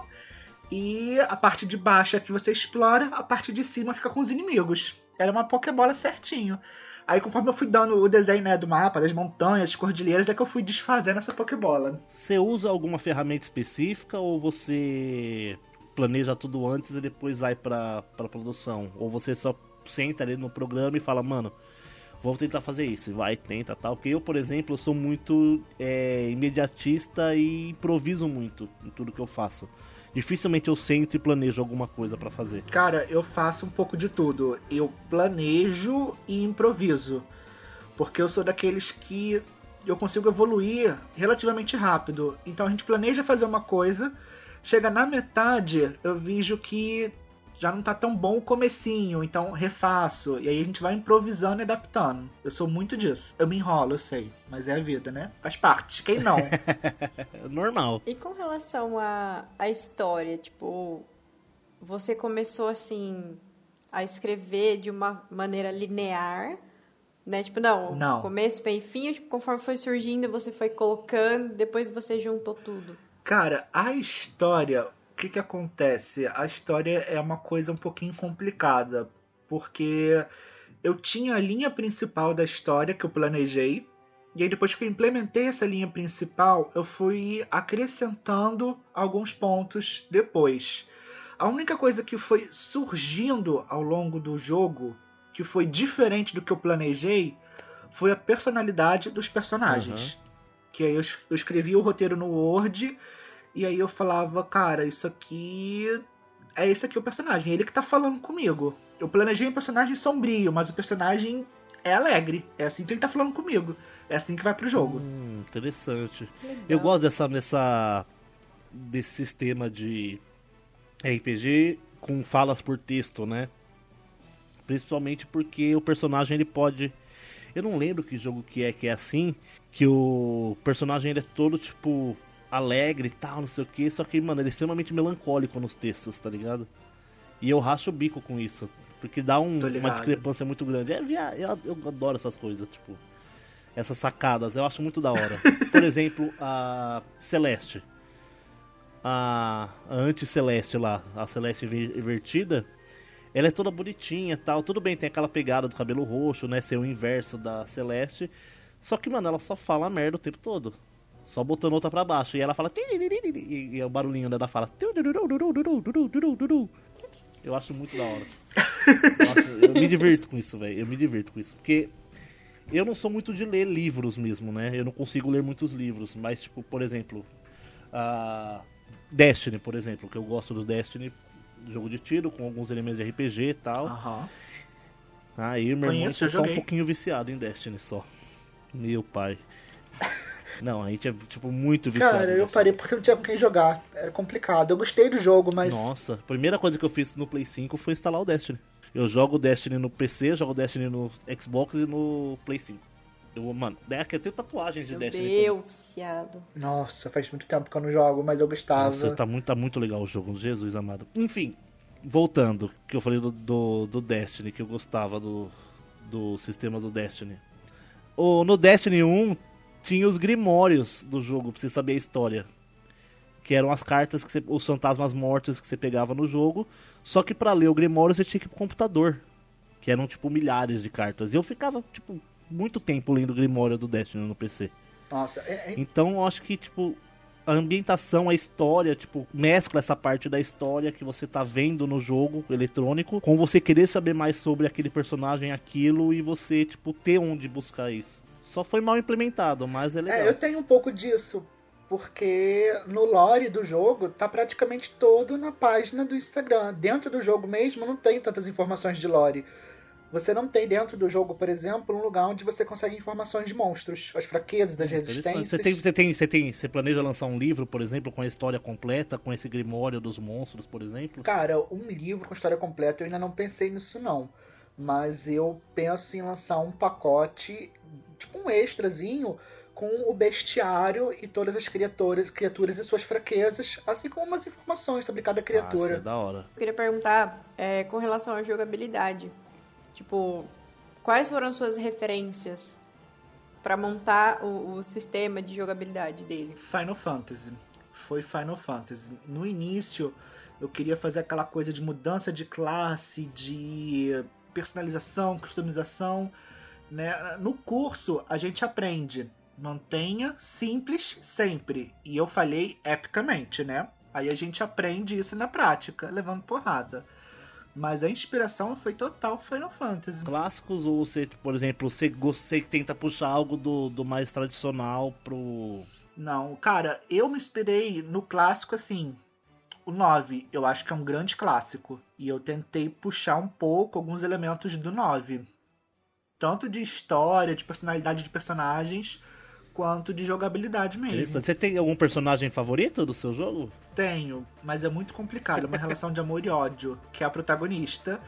E a parte de baixo é que você explora, a parte de cima fica com os inimigos. Era uma Pokébola certinho. Aí conforme eu fui dando o desenho, né, do mapa, das montanhas, das cordilheiras, é que eu fui desfazendo essa Pokébola. Você usa alguma ferramenta específica ou você planeja tudo antes e depois vai pra produção? Ou você só senta ali no programa e fala, mano, vou tentar fazer isso, vai, tenta, tal. Porque eu, por exemplo, eu sou muito imediatista e improviso muito em tudo que eu faço. Dificilmente eu sento e planejo alguma coisa pra fazer. Cara, eu faço um pouco de tudo. Eu planejo e improviso. Porque eu sou daqueles que eu consigo evoluir relativamente rápido. Então a gente planeja fazer uma coisa, chega na metade, eu vejo que já não tá tão bom o comecinho, então refaço. E aí a gente vai improvisando e adaptando. Eu sou muito disso. Eu me enrolo, eu sei. Mas é a vida, né? Faz parte. Quem não? Normal. E com relação à história, tipo, você começou assim a escrever de uma maneira linear, né? Tipo, não. Começo, meio e fim, tipo, conforme foi surgindo, você foi colocando, depois você juntou tudo. Cara, a história... O que acontece? A história é uma coisa um pouquinho complicada, porque eu tinha a linha principal da história que eu planejei, e aí depois que eu implementei essa linha principal, eu fui acrescentando alguns pontos depois. A única coisa que foi surgindo ao longo do jogo, que foi diferente do que eu planejei, foi a personalidade dos personagens. Uhum. Que aí eu escrevi o roteiro no Word... E aí eu falava, cara, isso aqui... esse aqui o personagem, ele que tá falando comigo. Eu planejei um personagem sombrio, mas o personagem é alegre. É assim que ele tá falando comigo. É assim que vai pro jogo. Interessante. Legal. Eu gosto desse sistema de RPG com falas por texto, né? Principalmente porque o personagem ele pode... Eu não lembro que jogo que é assim, que o personagem ele é todo, tipo, alegre e tal, não sei o que, só que, mano, ele é extremamente melancólico nos textos, tá ligado? E eu racho o bico com isso, porque dá uma discrepância muito grande. Eu adoro essas coisas, tipo, essas sacadas, eu acho muito da hora. Por exemplo, a Celeste. A anti-Celeste lá, a Celeste invertida, ela é toda bonitinha e tal. Tudo bem, tem aquela pegada do cabelo roxo, né? Ser o inverso da Celeste. Só que, mano, ela só fala merda o tempo todo. Só botando outra pra baixo. E ela fala... E é o barulhinho dela fala... Eu acho muito da hora. Eu me divirto com isso, velho. Eu me divirto com isso. Porque eu não sou muito de ler livros mesmo, né? Eu não consigo ler muitos livros. Mas, tipo, por exemplo... Destiny, por exemplo. Que eu gosto do Destiny... Jogo de tiro, com alguns elementos de RPG e tal. Aí meu irmão é só um pouquinho viciado em Destiny só. Meu pai. Não, a gente é tipo muito viciado. Cara, eu parei porque não tinha com quem jogar. Era complicado. Eu gostei do jogo, mas... Nossa, a primeira coisa que eu fiz no Play 5 foi instalar o Destiny. Eu jogo Destiny no PC, jogo Destiny no Xbox e no Play 5. Mano, eu tenho tatuagens de Destiny. Meu Deus, viciado. Nossa, faz muito tempo que eu não jogo, mas eu gostava. Nossa, tá muito legal o jogo, Jesus amado. Enfim, voltando, que eu falei do Destiny, que eu gostava do sistema do Destiny. No Destiny 1, tinha os grimórios do jogo, pra você saber a história. Que eram as cartas, os fantasmas mortos que você pegava no jogo. Só que pra ler o grimório, você tinha que ir pro computador. Que eram, tipo, milhares de cartas. E eu ficava, tipo... muito tempo lendo Grimório do Destiny no PC. Nossa, Então eu acho que, tipo, a ambientação, a história, tipo, mescla essa parte da história que você tá vendo no jogo eletrônico, com você querer saber mais sobre aquele personagem, aquilo, e você, tipo, ter onde buscar isso. Só foi mal implementado, mas é legal. Eu tenho um pouco disso, porque no lore do jogo tá praticamente todo na página do Instagram. Dentro do jogo mesmo não tem tantas informações de lore. Você não tem dentro do jogo, por exemplo, um lugar onde você consegue informações de monstros, as fraquezas, as resistências. Você planeja lançar um livro, por exemplo, com a história completa, com esse Grimório dos monstros, por exemplo? Cara, um livro com história completa eu ainda não pensei nisso não. Mas eu penso em lançar um pacote, tipo um extrazinho, com o bestiário e todas as criaturas e suas fraquezas, assim como umas informações sobre cada criatura. Isso é da hora. Eu queria perguntar com relação à jogabilidade. Tipo, quais foram as suas referências pra montar o sistema de jogabilidade dele? Final Fantasy. Foi Final Fantasy. No início, eu queria fazer aquela coisa de mudança de classe, de personalização, customização, né? No curso, a gente aprende. Mantenha simples sempre. E eu falhei epicamente, né? Aí a gente aprende isso na prática, levando porrada. Mas a inspiração foi total Final Fantasy. Clássicos ou você, por exemplo, você tenta puxar algo do mais tradicional pro... Não, cara, eu me inspirei no clássico assim. O 9, eu acho que é um grande clássico. E eu tentei puxar um pouco alguns elementos do 9. Tanto de história, de personalidade de personagens, quanto de jogabilidade mesmo. Você tem algum personagem favorito do seu jogo? Tenho, mas é muito complicado. É uma relação de amor e ódio, que é a protagonista.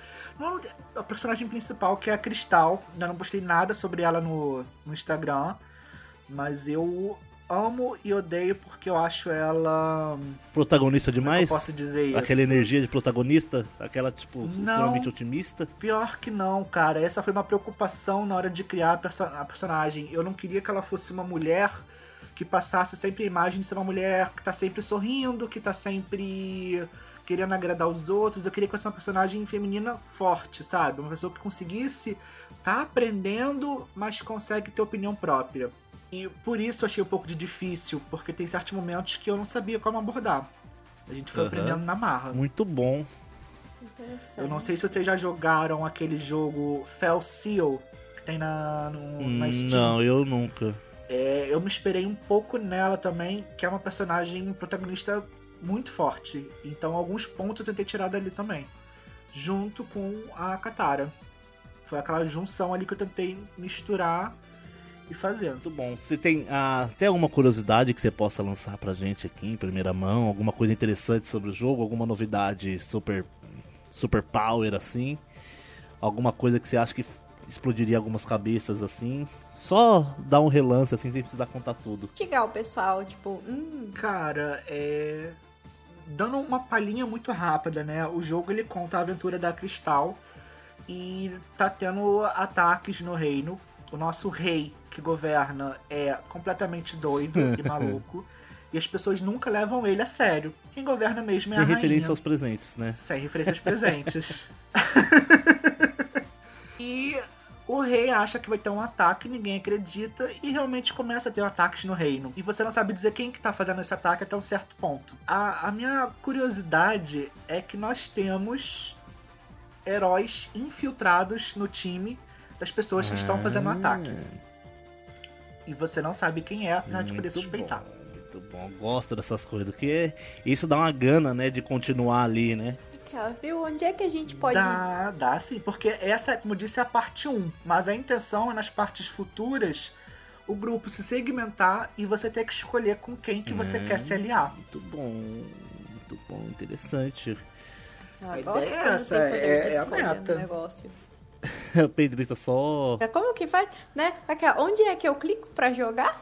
A personagem principal, que é a Cristal. Ainda não postei nada sobre ela no Instagram. Mas eu amo e odeio porque eu acho ela... protagonista demais? Como eu posso dizer isso? Aquela energia de protagonista? Aquela, tipo, extremamente otimista? Pior que não, cara. Essa foi uma preocupação na hora de criar a personagem. Eu não queria que ela fosse uma mulher que passasse sempre a imagem de ser uma mulher que tá sempre sorrindo, que tá sempre querendo agradar os outros. Eu queria que fosse uma personagem feminina forte, sabe? Uma pessoa que conseguisse tá aprendendo, mas consegue ter opinião própria. E por isso eu achei um pouco de difícil, porque tem certos momentos que eu não sabia como abordar. A gente foi aprendendo na marra. Muito bom. Eu não sei se vocês já jogaram aquele jogo Fell Seal, que tem na Steam. Não, eu nunca. Eu me inspirei um pouco nela também, que é uma personagem, um protagonista muito forte. Então alguns pontos eu tentei tirar dali também. Junto com a Katara. Foi aquela junção ali que eu tentei misturar e fazer. Muito bom. Você tem alguma curiosidade que você possa lançar pra gente aqui em primeira mão? Alguma coisa interessante sobre o jogo? Alguma novidade super power assim? Alguma coisa que você acha que explodiria algumas cabeças assim? Só dar um relance assim, sem precisar contar tudo. Legal, pessoal, tipo... Cara, dando uma palhinha muito rápida, né? O jogo, ele conta a aventura da Cristal e tá tendo ataques no reino. O nosso rei que governa é completamente doido e maluco. E as pessoas nunca levam ele a sério. Quem governa mesmo é a rainha. Sem referência aos presentes, né? Sem referência aos presentes. E o rei acha que vai ter um ataque, ninguém acredita, e realmente começa a ter ataques no reino. E você não sabe dizer quem que tá fazendo esse ataque até um certo ponto. A minha curiosidade é que nós temos heróis infiltrados no time das pessoas que estão fazendo o ataque. E você não sabe quem é, apesar de poder suspeitar. Muito bom, gosto dessas coisas, porque isso dá uma gana, né, de continuar ali, né? Viu? Onde é que a gente pode... Dá sim, porque essa, como eu disse, é a parte 1. Mas a intenção é nas partes futuras o grupo se segmentar e você ter que escolher com quem que você quer se aliar. Muito bom, interessante. A ideia é essa, é a meta. Negócio. A Pedrita só... Como que faz? Né? Aqui, onde é que eu clico pra jogar?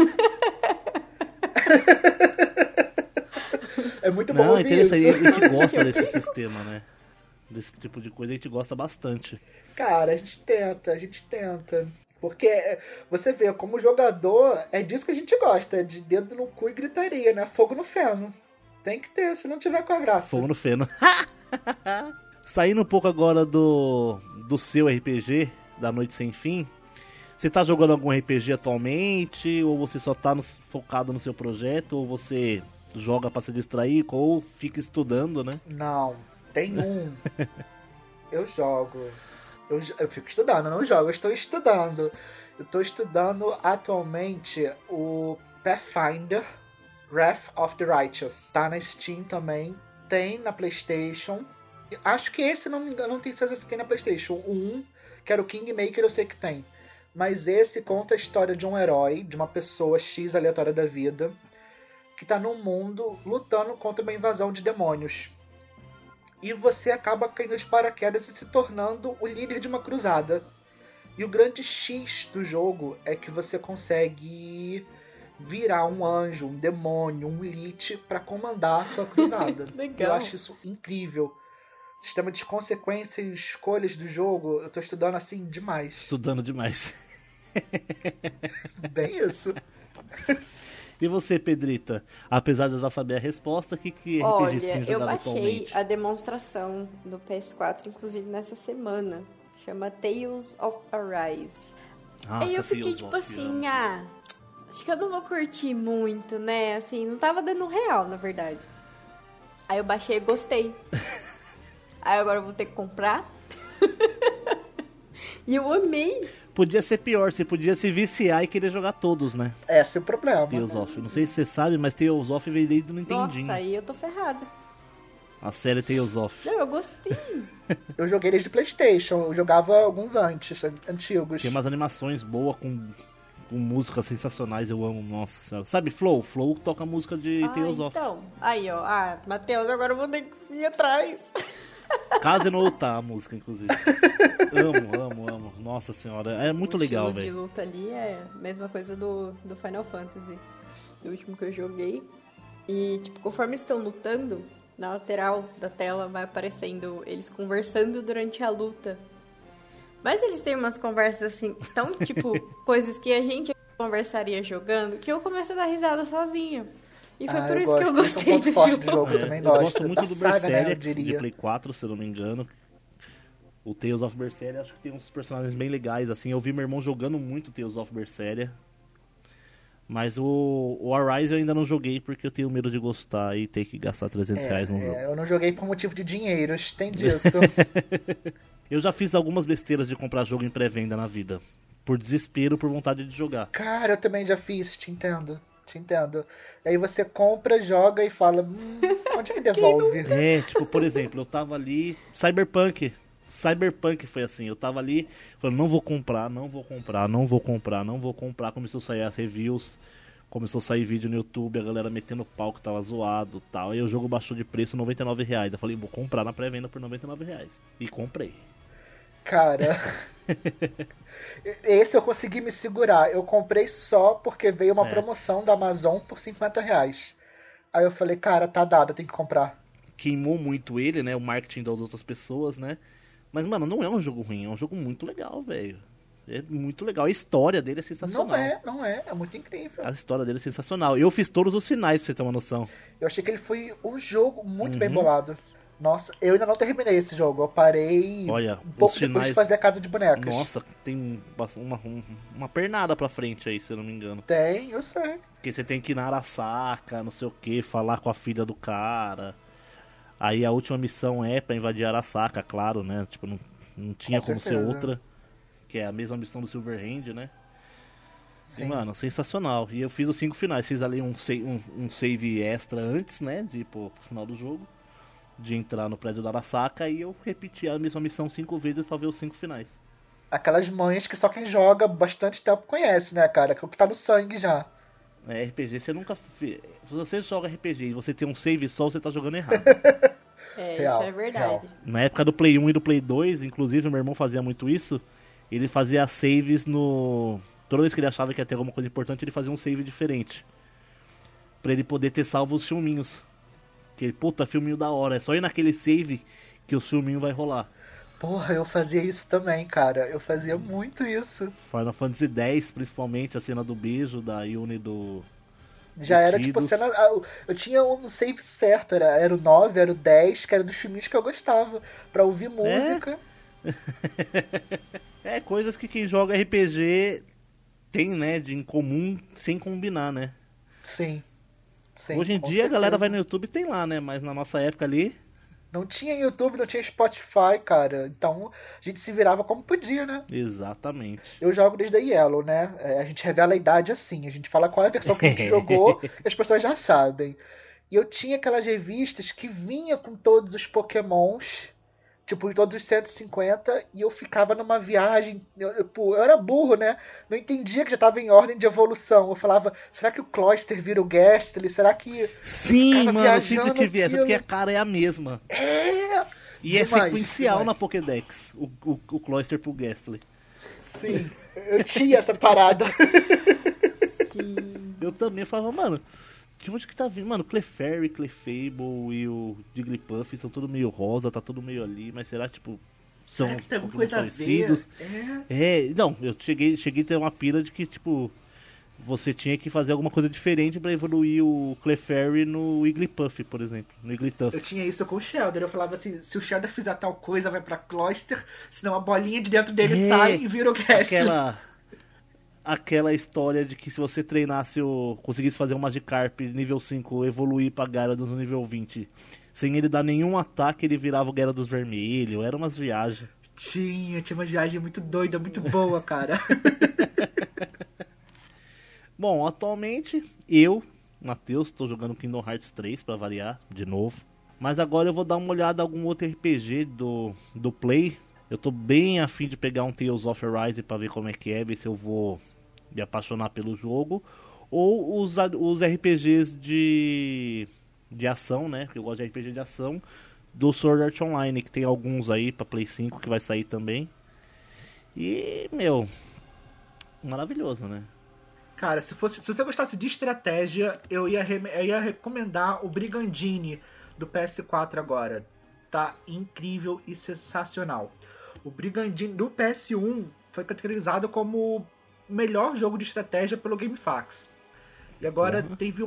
É muito bom ouvir isso. A gente gosta desse sistema, né? Desse tipo de coisa a gente gosta bastante. Cara, a gente tenta. Porque você vê, como jogador, é disso que a gente gosta. É de dedo no cu e gritaria, né? Fogo no feno. Tem que ter, se não tiver com a graça. Fogo no feno. Saindo um pouco agora do seu RPG, da Noite Sem Fim, você tá jogando algum RPG atualmente? Ou você só tá focado no seu projeto? Ou você joga pra se distrair? Ou fica estudando, né? Não, tem um. Eu jogo. Eu fico estudando, eu não jogo, eu estou estudando. Eu estou estudando atualmente o Pathfinder Wrath of the Righteous. Tá na Steam também, tem na PlayStation. Acho que esse, não me engano, não tenho certeza se tem na PlayStation. O 1, que era o Kingmaker, eu sei que tem. Mas esse conta a história de um herói, de uma pessoa X aleatória da vida, que tá num mundo lutando contra uma invasão de demônios. E você acaba caindo de paraquedas e se tornando o líder de uma cruzada. E o grande X do jogo é que você consegue virar um anjo, um demônio, um lich para comandar a sua cruzada. Legal. Eu acho isso incrível. Sistema de consequências e escolhas do jogo, eu tô estudando assim demais. Estudando demais. Bem isso. E você, Pedrita? Apesar de eu já saber a resposta, o que RPG você tem jogado atualmente? Eu baixei a demonstração do PS4, inclusive, nessa semana. Chama Tales of Arise. Aí eu fiquei tipo assim, acho que eu não vou curtir muito, né? Assim, não tava dando real, na verdade. Aí eu baixei e gostei. Aí agora eu vou ter que comprar. E eu amei. Podia ser pior, você podia se viciar e querer jogar todos, né? Esse é o problema. Tales of. Não sei se você sabe, mas Tales of veio desde o Nintendinho. Nossa, aí eu tô ferrada. A série Tales of. Não, eu gostei. Eu joguei desde PlayStation, eu jogava alguns antigos. Tem umas animações boas com músicas sensacionais, eu amo, nossa senhora. Sabe Flow? Flow toca música de Tales of. Então, aí ó, Matheus, agora eu vou ter que ir atrás. Casenouta a música, inclusive. Amo. Nossa senhora, é muito legal, velho. O estilo de luta ali é a mesma coisa do Final Fantasy, do último que eu joguei. E, tipo, conforme eles estão lutando, na lateral da tela vai aparecendo eles conversando durante a luta. Mas eles têm umas conversas assim, tão, tipo, coisas que a gente conversaria jogando, que eu começo a dar risada sozinha. E foi por isso que eu gostei do jogo. Eu gosto muito do Berseria, de Play 4, se eu não me engano. O Tales of Berseria, acho que tem uns personagens bem legais, assim. Eu vi meu irmão jogando muito Tales of Berseria. Mas o Arise eu ainda não joguei porque eu tenho medo de gostar e ter que gastar R$300 no jogo. Eu não joguei por motivo de dinheiro, tem disso. Eu já fiz algumas besteiras de comprar jogo em pré-venda na vida. Por desespero, por vontade de jogar. Cara, eu também já fiz, te entendo. Aí você compra, joga e fala, onde é que devolve? Tipo, por exemplo, eu tava ali, Cyberpunk Cyberpunk foi assim, eu tava ali, falando, não vou comprar. Começou a sair as reviews, começou a sair vídeo no YouTube, a galera metendo pau que tava zoado e tal. Aí o jogo baixou de preço R$99. Eu falei, vou comprar na pré-venda por R$99. E comprei. Cara, esse eu consegui me segurar. Eu comprei só porque veio uma promoção da Amazon por R$50. Aí eu falei, cara, tá dado, eu tenho que comprar. Queimou muito ele, né? O marketing das outras pessoas, né? Mas, mano, não é um jogo ruim, é um jogo muito legal, velho. É muito legal. A história dele é sensacional. Não é. É muito incrível. A história dele é sensacional. Eu fiz todos os sinais, pra você ter uma noção. Eu achei que ele foi um jogo muito bem bolado. Nossa, eu ainda não terminei esse jogo. Eu parei um pouco depois de fazer a Casa de Bonecas. Nossa, tem uma pernada pra frente aí, se eu não me engano. Tem, eu sei. Porque você tem que ir na Arasaka, não sei o que, falar com a filha do cara. Aí a última missão é pra invadir Arasaka, claro, né? Tipo, não tinha como ser outra. Que é a mesma missão do Silverhand, né? Sim. E, mano, sensacional. E eu fiz os 5 finais. Fiz ali um save extra antes, né? De ir pro final do jogo. De entrar no prédio da Arasaka. E eu repeti a mesma missão 5 vezes pra ver os 5 finais. Aquelas manhas que só quem joga bastante tempo conhece, né, cara? Que tá no sangue já. É, RPG, você nunca... Se você joga RPG e você tem um save só, você tá jogando errado. Isso é verdade. Real. Na época do Play 1 e do Play 2, inclusive, meu irmão fazia muito isso. Ele fazia saves no... Toda vez que ele achava que ia ter alguma coisa importante, ele fazia um save diferente. Pra ele poder ter salvo os filminhos. Que, puta, filminho da hora. É só ir naquele save que o filminho vai rolar. Porra, eu fazia isso também, cara. Eu fazia muito isso. Final Fantasy X, principalmente, a cena do beijo da Yune do... Já era tipo cena... Eu tinha um save certo. Era o 9, era o 10, que era dos filmes que eu gostava. Pra ouvir música. É, coisas que quem joga RPG tem, né, de em comum, sem combinar, né? Sim. Hoje em dia a galera vai no YouTube e tem lá, né? Mas na nossa época ali... Não tinha YouTube, não tinha Spotify, cara. Então a gente se virava como podia, né? Exatamente. Eu jogo desde a Yellow, né? A gente revela a idade assim. A gente fala qual é a versão que a gente jogou e as pessoas já sabem. E eu tinha aquelas revistas que vinha com todos os Pokémons, tipo, em todos os 150, e eu ficava numa viagem. Eu era burro, né? Não entendia que já tava em ordem de evolução. Eu falava, será que o Cloyster vira o Gastly? Será que... Sim, mano, eu sempre tive essa, porque a cara é a mesma. E demais, é sequencial na Pokédex, o Cloyster pro Gastly. Sim, eu tinha essa parada. Sim. Eu também falava, mano... De onde que tá vindo? Mano, Clefairy, Clefable e o Jigglypuff são tudo meio rosa, tá tudo meio ali, mas será, tipo, são será que tem alguma coisa parecidos? Não, eu cheguei a ter uma pira de que, tipo, você tinha que fazer alguma coisa diferente pra evoluir o Clefairy no Wigglypuff, por exemplo, no Wigglytuff. Eu tinha isso com o Shellder, eu falava assim, se o Shellder fizer tal coisa, vai pra Cloyster, senão a bolinha de dentro dele sai e vira o Gastly. Aquela história de que se você treinasse conseguisse fazer um Magikarp nível 5 evoluir pra Gyarados no nível 20, sem ele dar nenhum ataque, ele virava o Gyarados vermelho. Era umas viagens. Tinha uma viagem muito doida, muito boa, cara. Bom, atualmente eu, Matheus, tô jogando Kingdom Hearts 3 pra variar, de novo. Mas agora eu vou dar uma olhada em algum outro RPG do Play. Eu tô bem afim de pegar um Tales of Arise pra ver como é que é, ver se eu vou me apaixonar pelo jogo. Ou os RPGs de ação, né? Porque eu gosto de RPG de ação. Do Sword Art Online, que tem alguns aí pra Play 5 que vai sair também. E, maravilhoso, né? Cara, se você gostasse de estratégia, eu ia recomendar o Brigandine do PS4 agora. Tá incrível e sensacional. O Brigandine do PS1 foi categorizado como o melhor jogo de estratégia pelo GameFAQs. E agora teve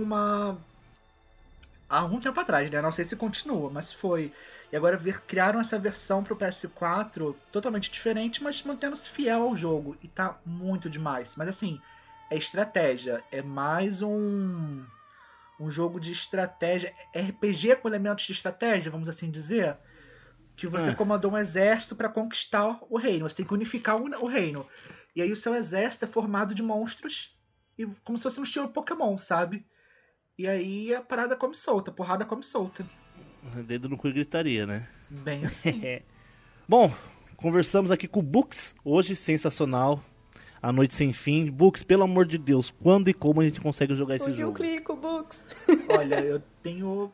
há algum tempo atrás, né? Não sei se continua, mas foi. E agora criaram essa versão pro PS4 totalmente diferente, mas mantendo-se fiel ao jogo. E tá muito demais. Mas assim, é estratégia. É mais um jogo de estratégia. RPG com elementos de estratégia, vamos assim dizer. Que você comandou um exército para conquistar o reino. Você tem que unificar o reino. E aí o seu exército é formado de monstros. E como se fosse um estilo Pokémon, sabe? E aí a parada come solta, a porrada come solta. Dedo no cu e gritaria, né? Bem assim. Bom, Conversamos aqui com o Bux, hoje, sensacional. A Noite Sem Fim. Bux, pelo amor de Deus, quando e como a gente consegue jogar esse jogo? Eu clico, Bux. Olha, eu tenho...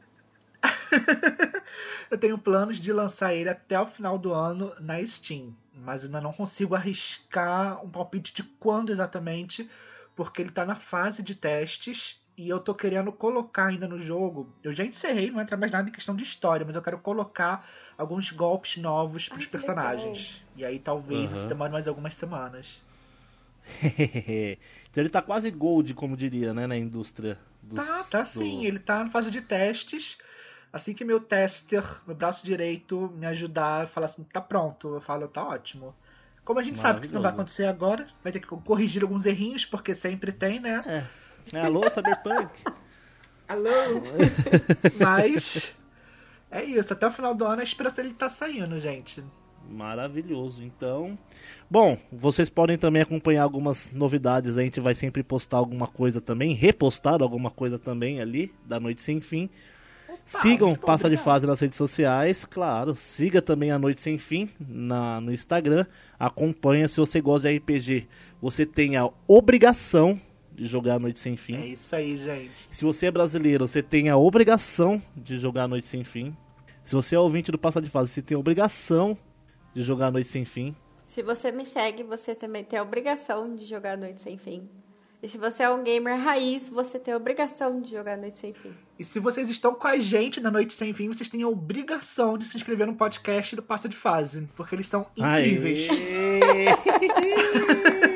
eu tenho planos de lançar ele até o final do ano na Steam. Mas ainda não consigo arriscar um palpite de quando exatamente, porque ele tá na fase de testes e eu tô querendo colocar ainda no jogo. Eu já encerrei, não entra mais nada em questão de história, mas eu quero colocar alguns golpes novos pros personagens. Legal. E aí talvez isso demore mais algumas semanas. Então ele tá quase gold, como diria, né, na indústria. Tá sim, ele tá na fase de testes. Assim que meu tester, meu braço direito, me ajudar, falar assim, tá pronto, eu falo, tá ótimo. Como a gente sabe que isso não vai acontecer agora, vai ter que corrigir alguns errinhos, porque sempre tem, né? Alô, Cyberpunk? Alô? Mas é isso, até o final do ano a esperança dele tá saindo, gente. Maravilhoso, então. Bom, vocês podem também acompanhar algumas novidades. A gente vai sempre postar alguma coisa também, repostar alguma coisa também ali, da Noite Sem Fim. Opa, sigam Passa de Fase nas redes sociais, claro. Siga também a Noite Sem Fim no Instagram. Acompanha. Se você gosta de RPG, você tem a obrigação de jogar a Noite Sem Fim. É isso aí, gente. Se você é brasileiro, você tem a obrigação de jogar a Noite Sem Fim. Se você é ouvinte do Passa de Fase, você tem a obrigação de jogar a Noite Sem Fim. Se você me segue, você também tem a obrigação de jogar a Noite Sem Fim. E se você é um gamer raiz, você tem a obrigação de jogar a Noite Sem Fim. E se vocês estão com a gente na Noite Sem Fim, vocês têm a obrigação de se inscrever no podcast do Passa de Fase, porque eles são incríveis.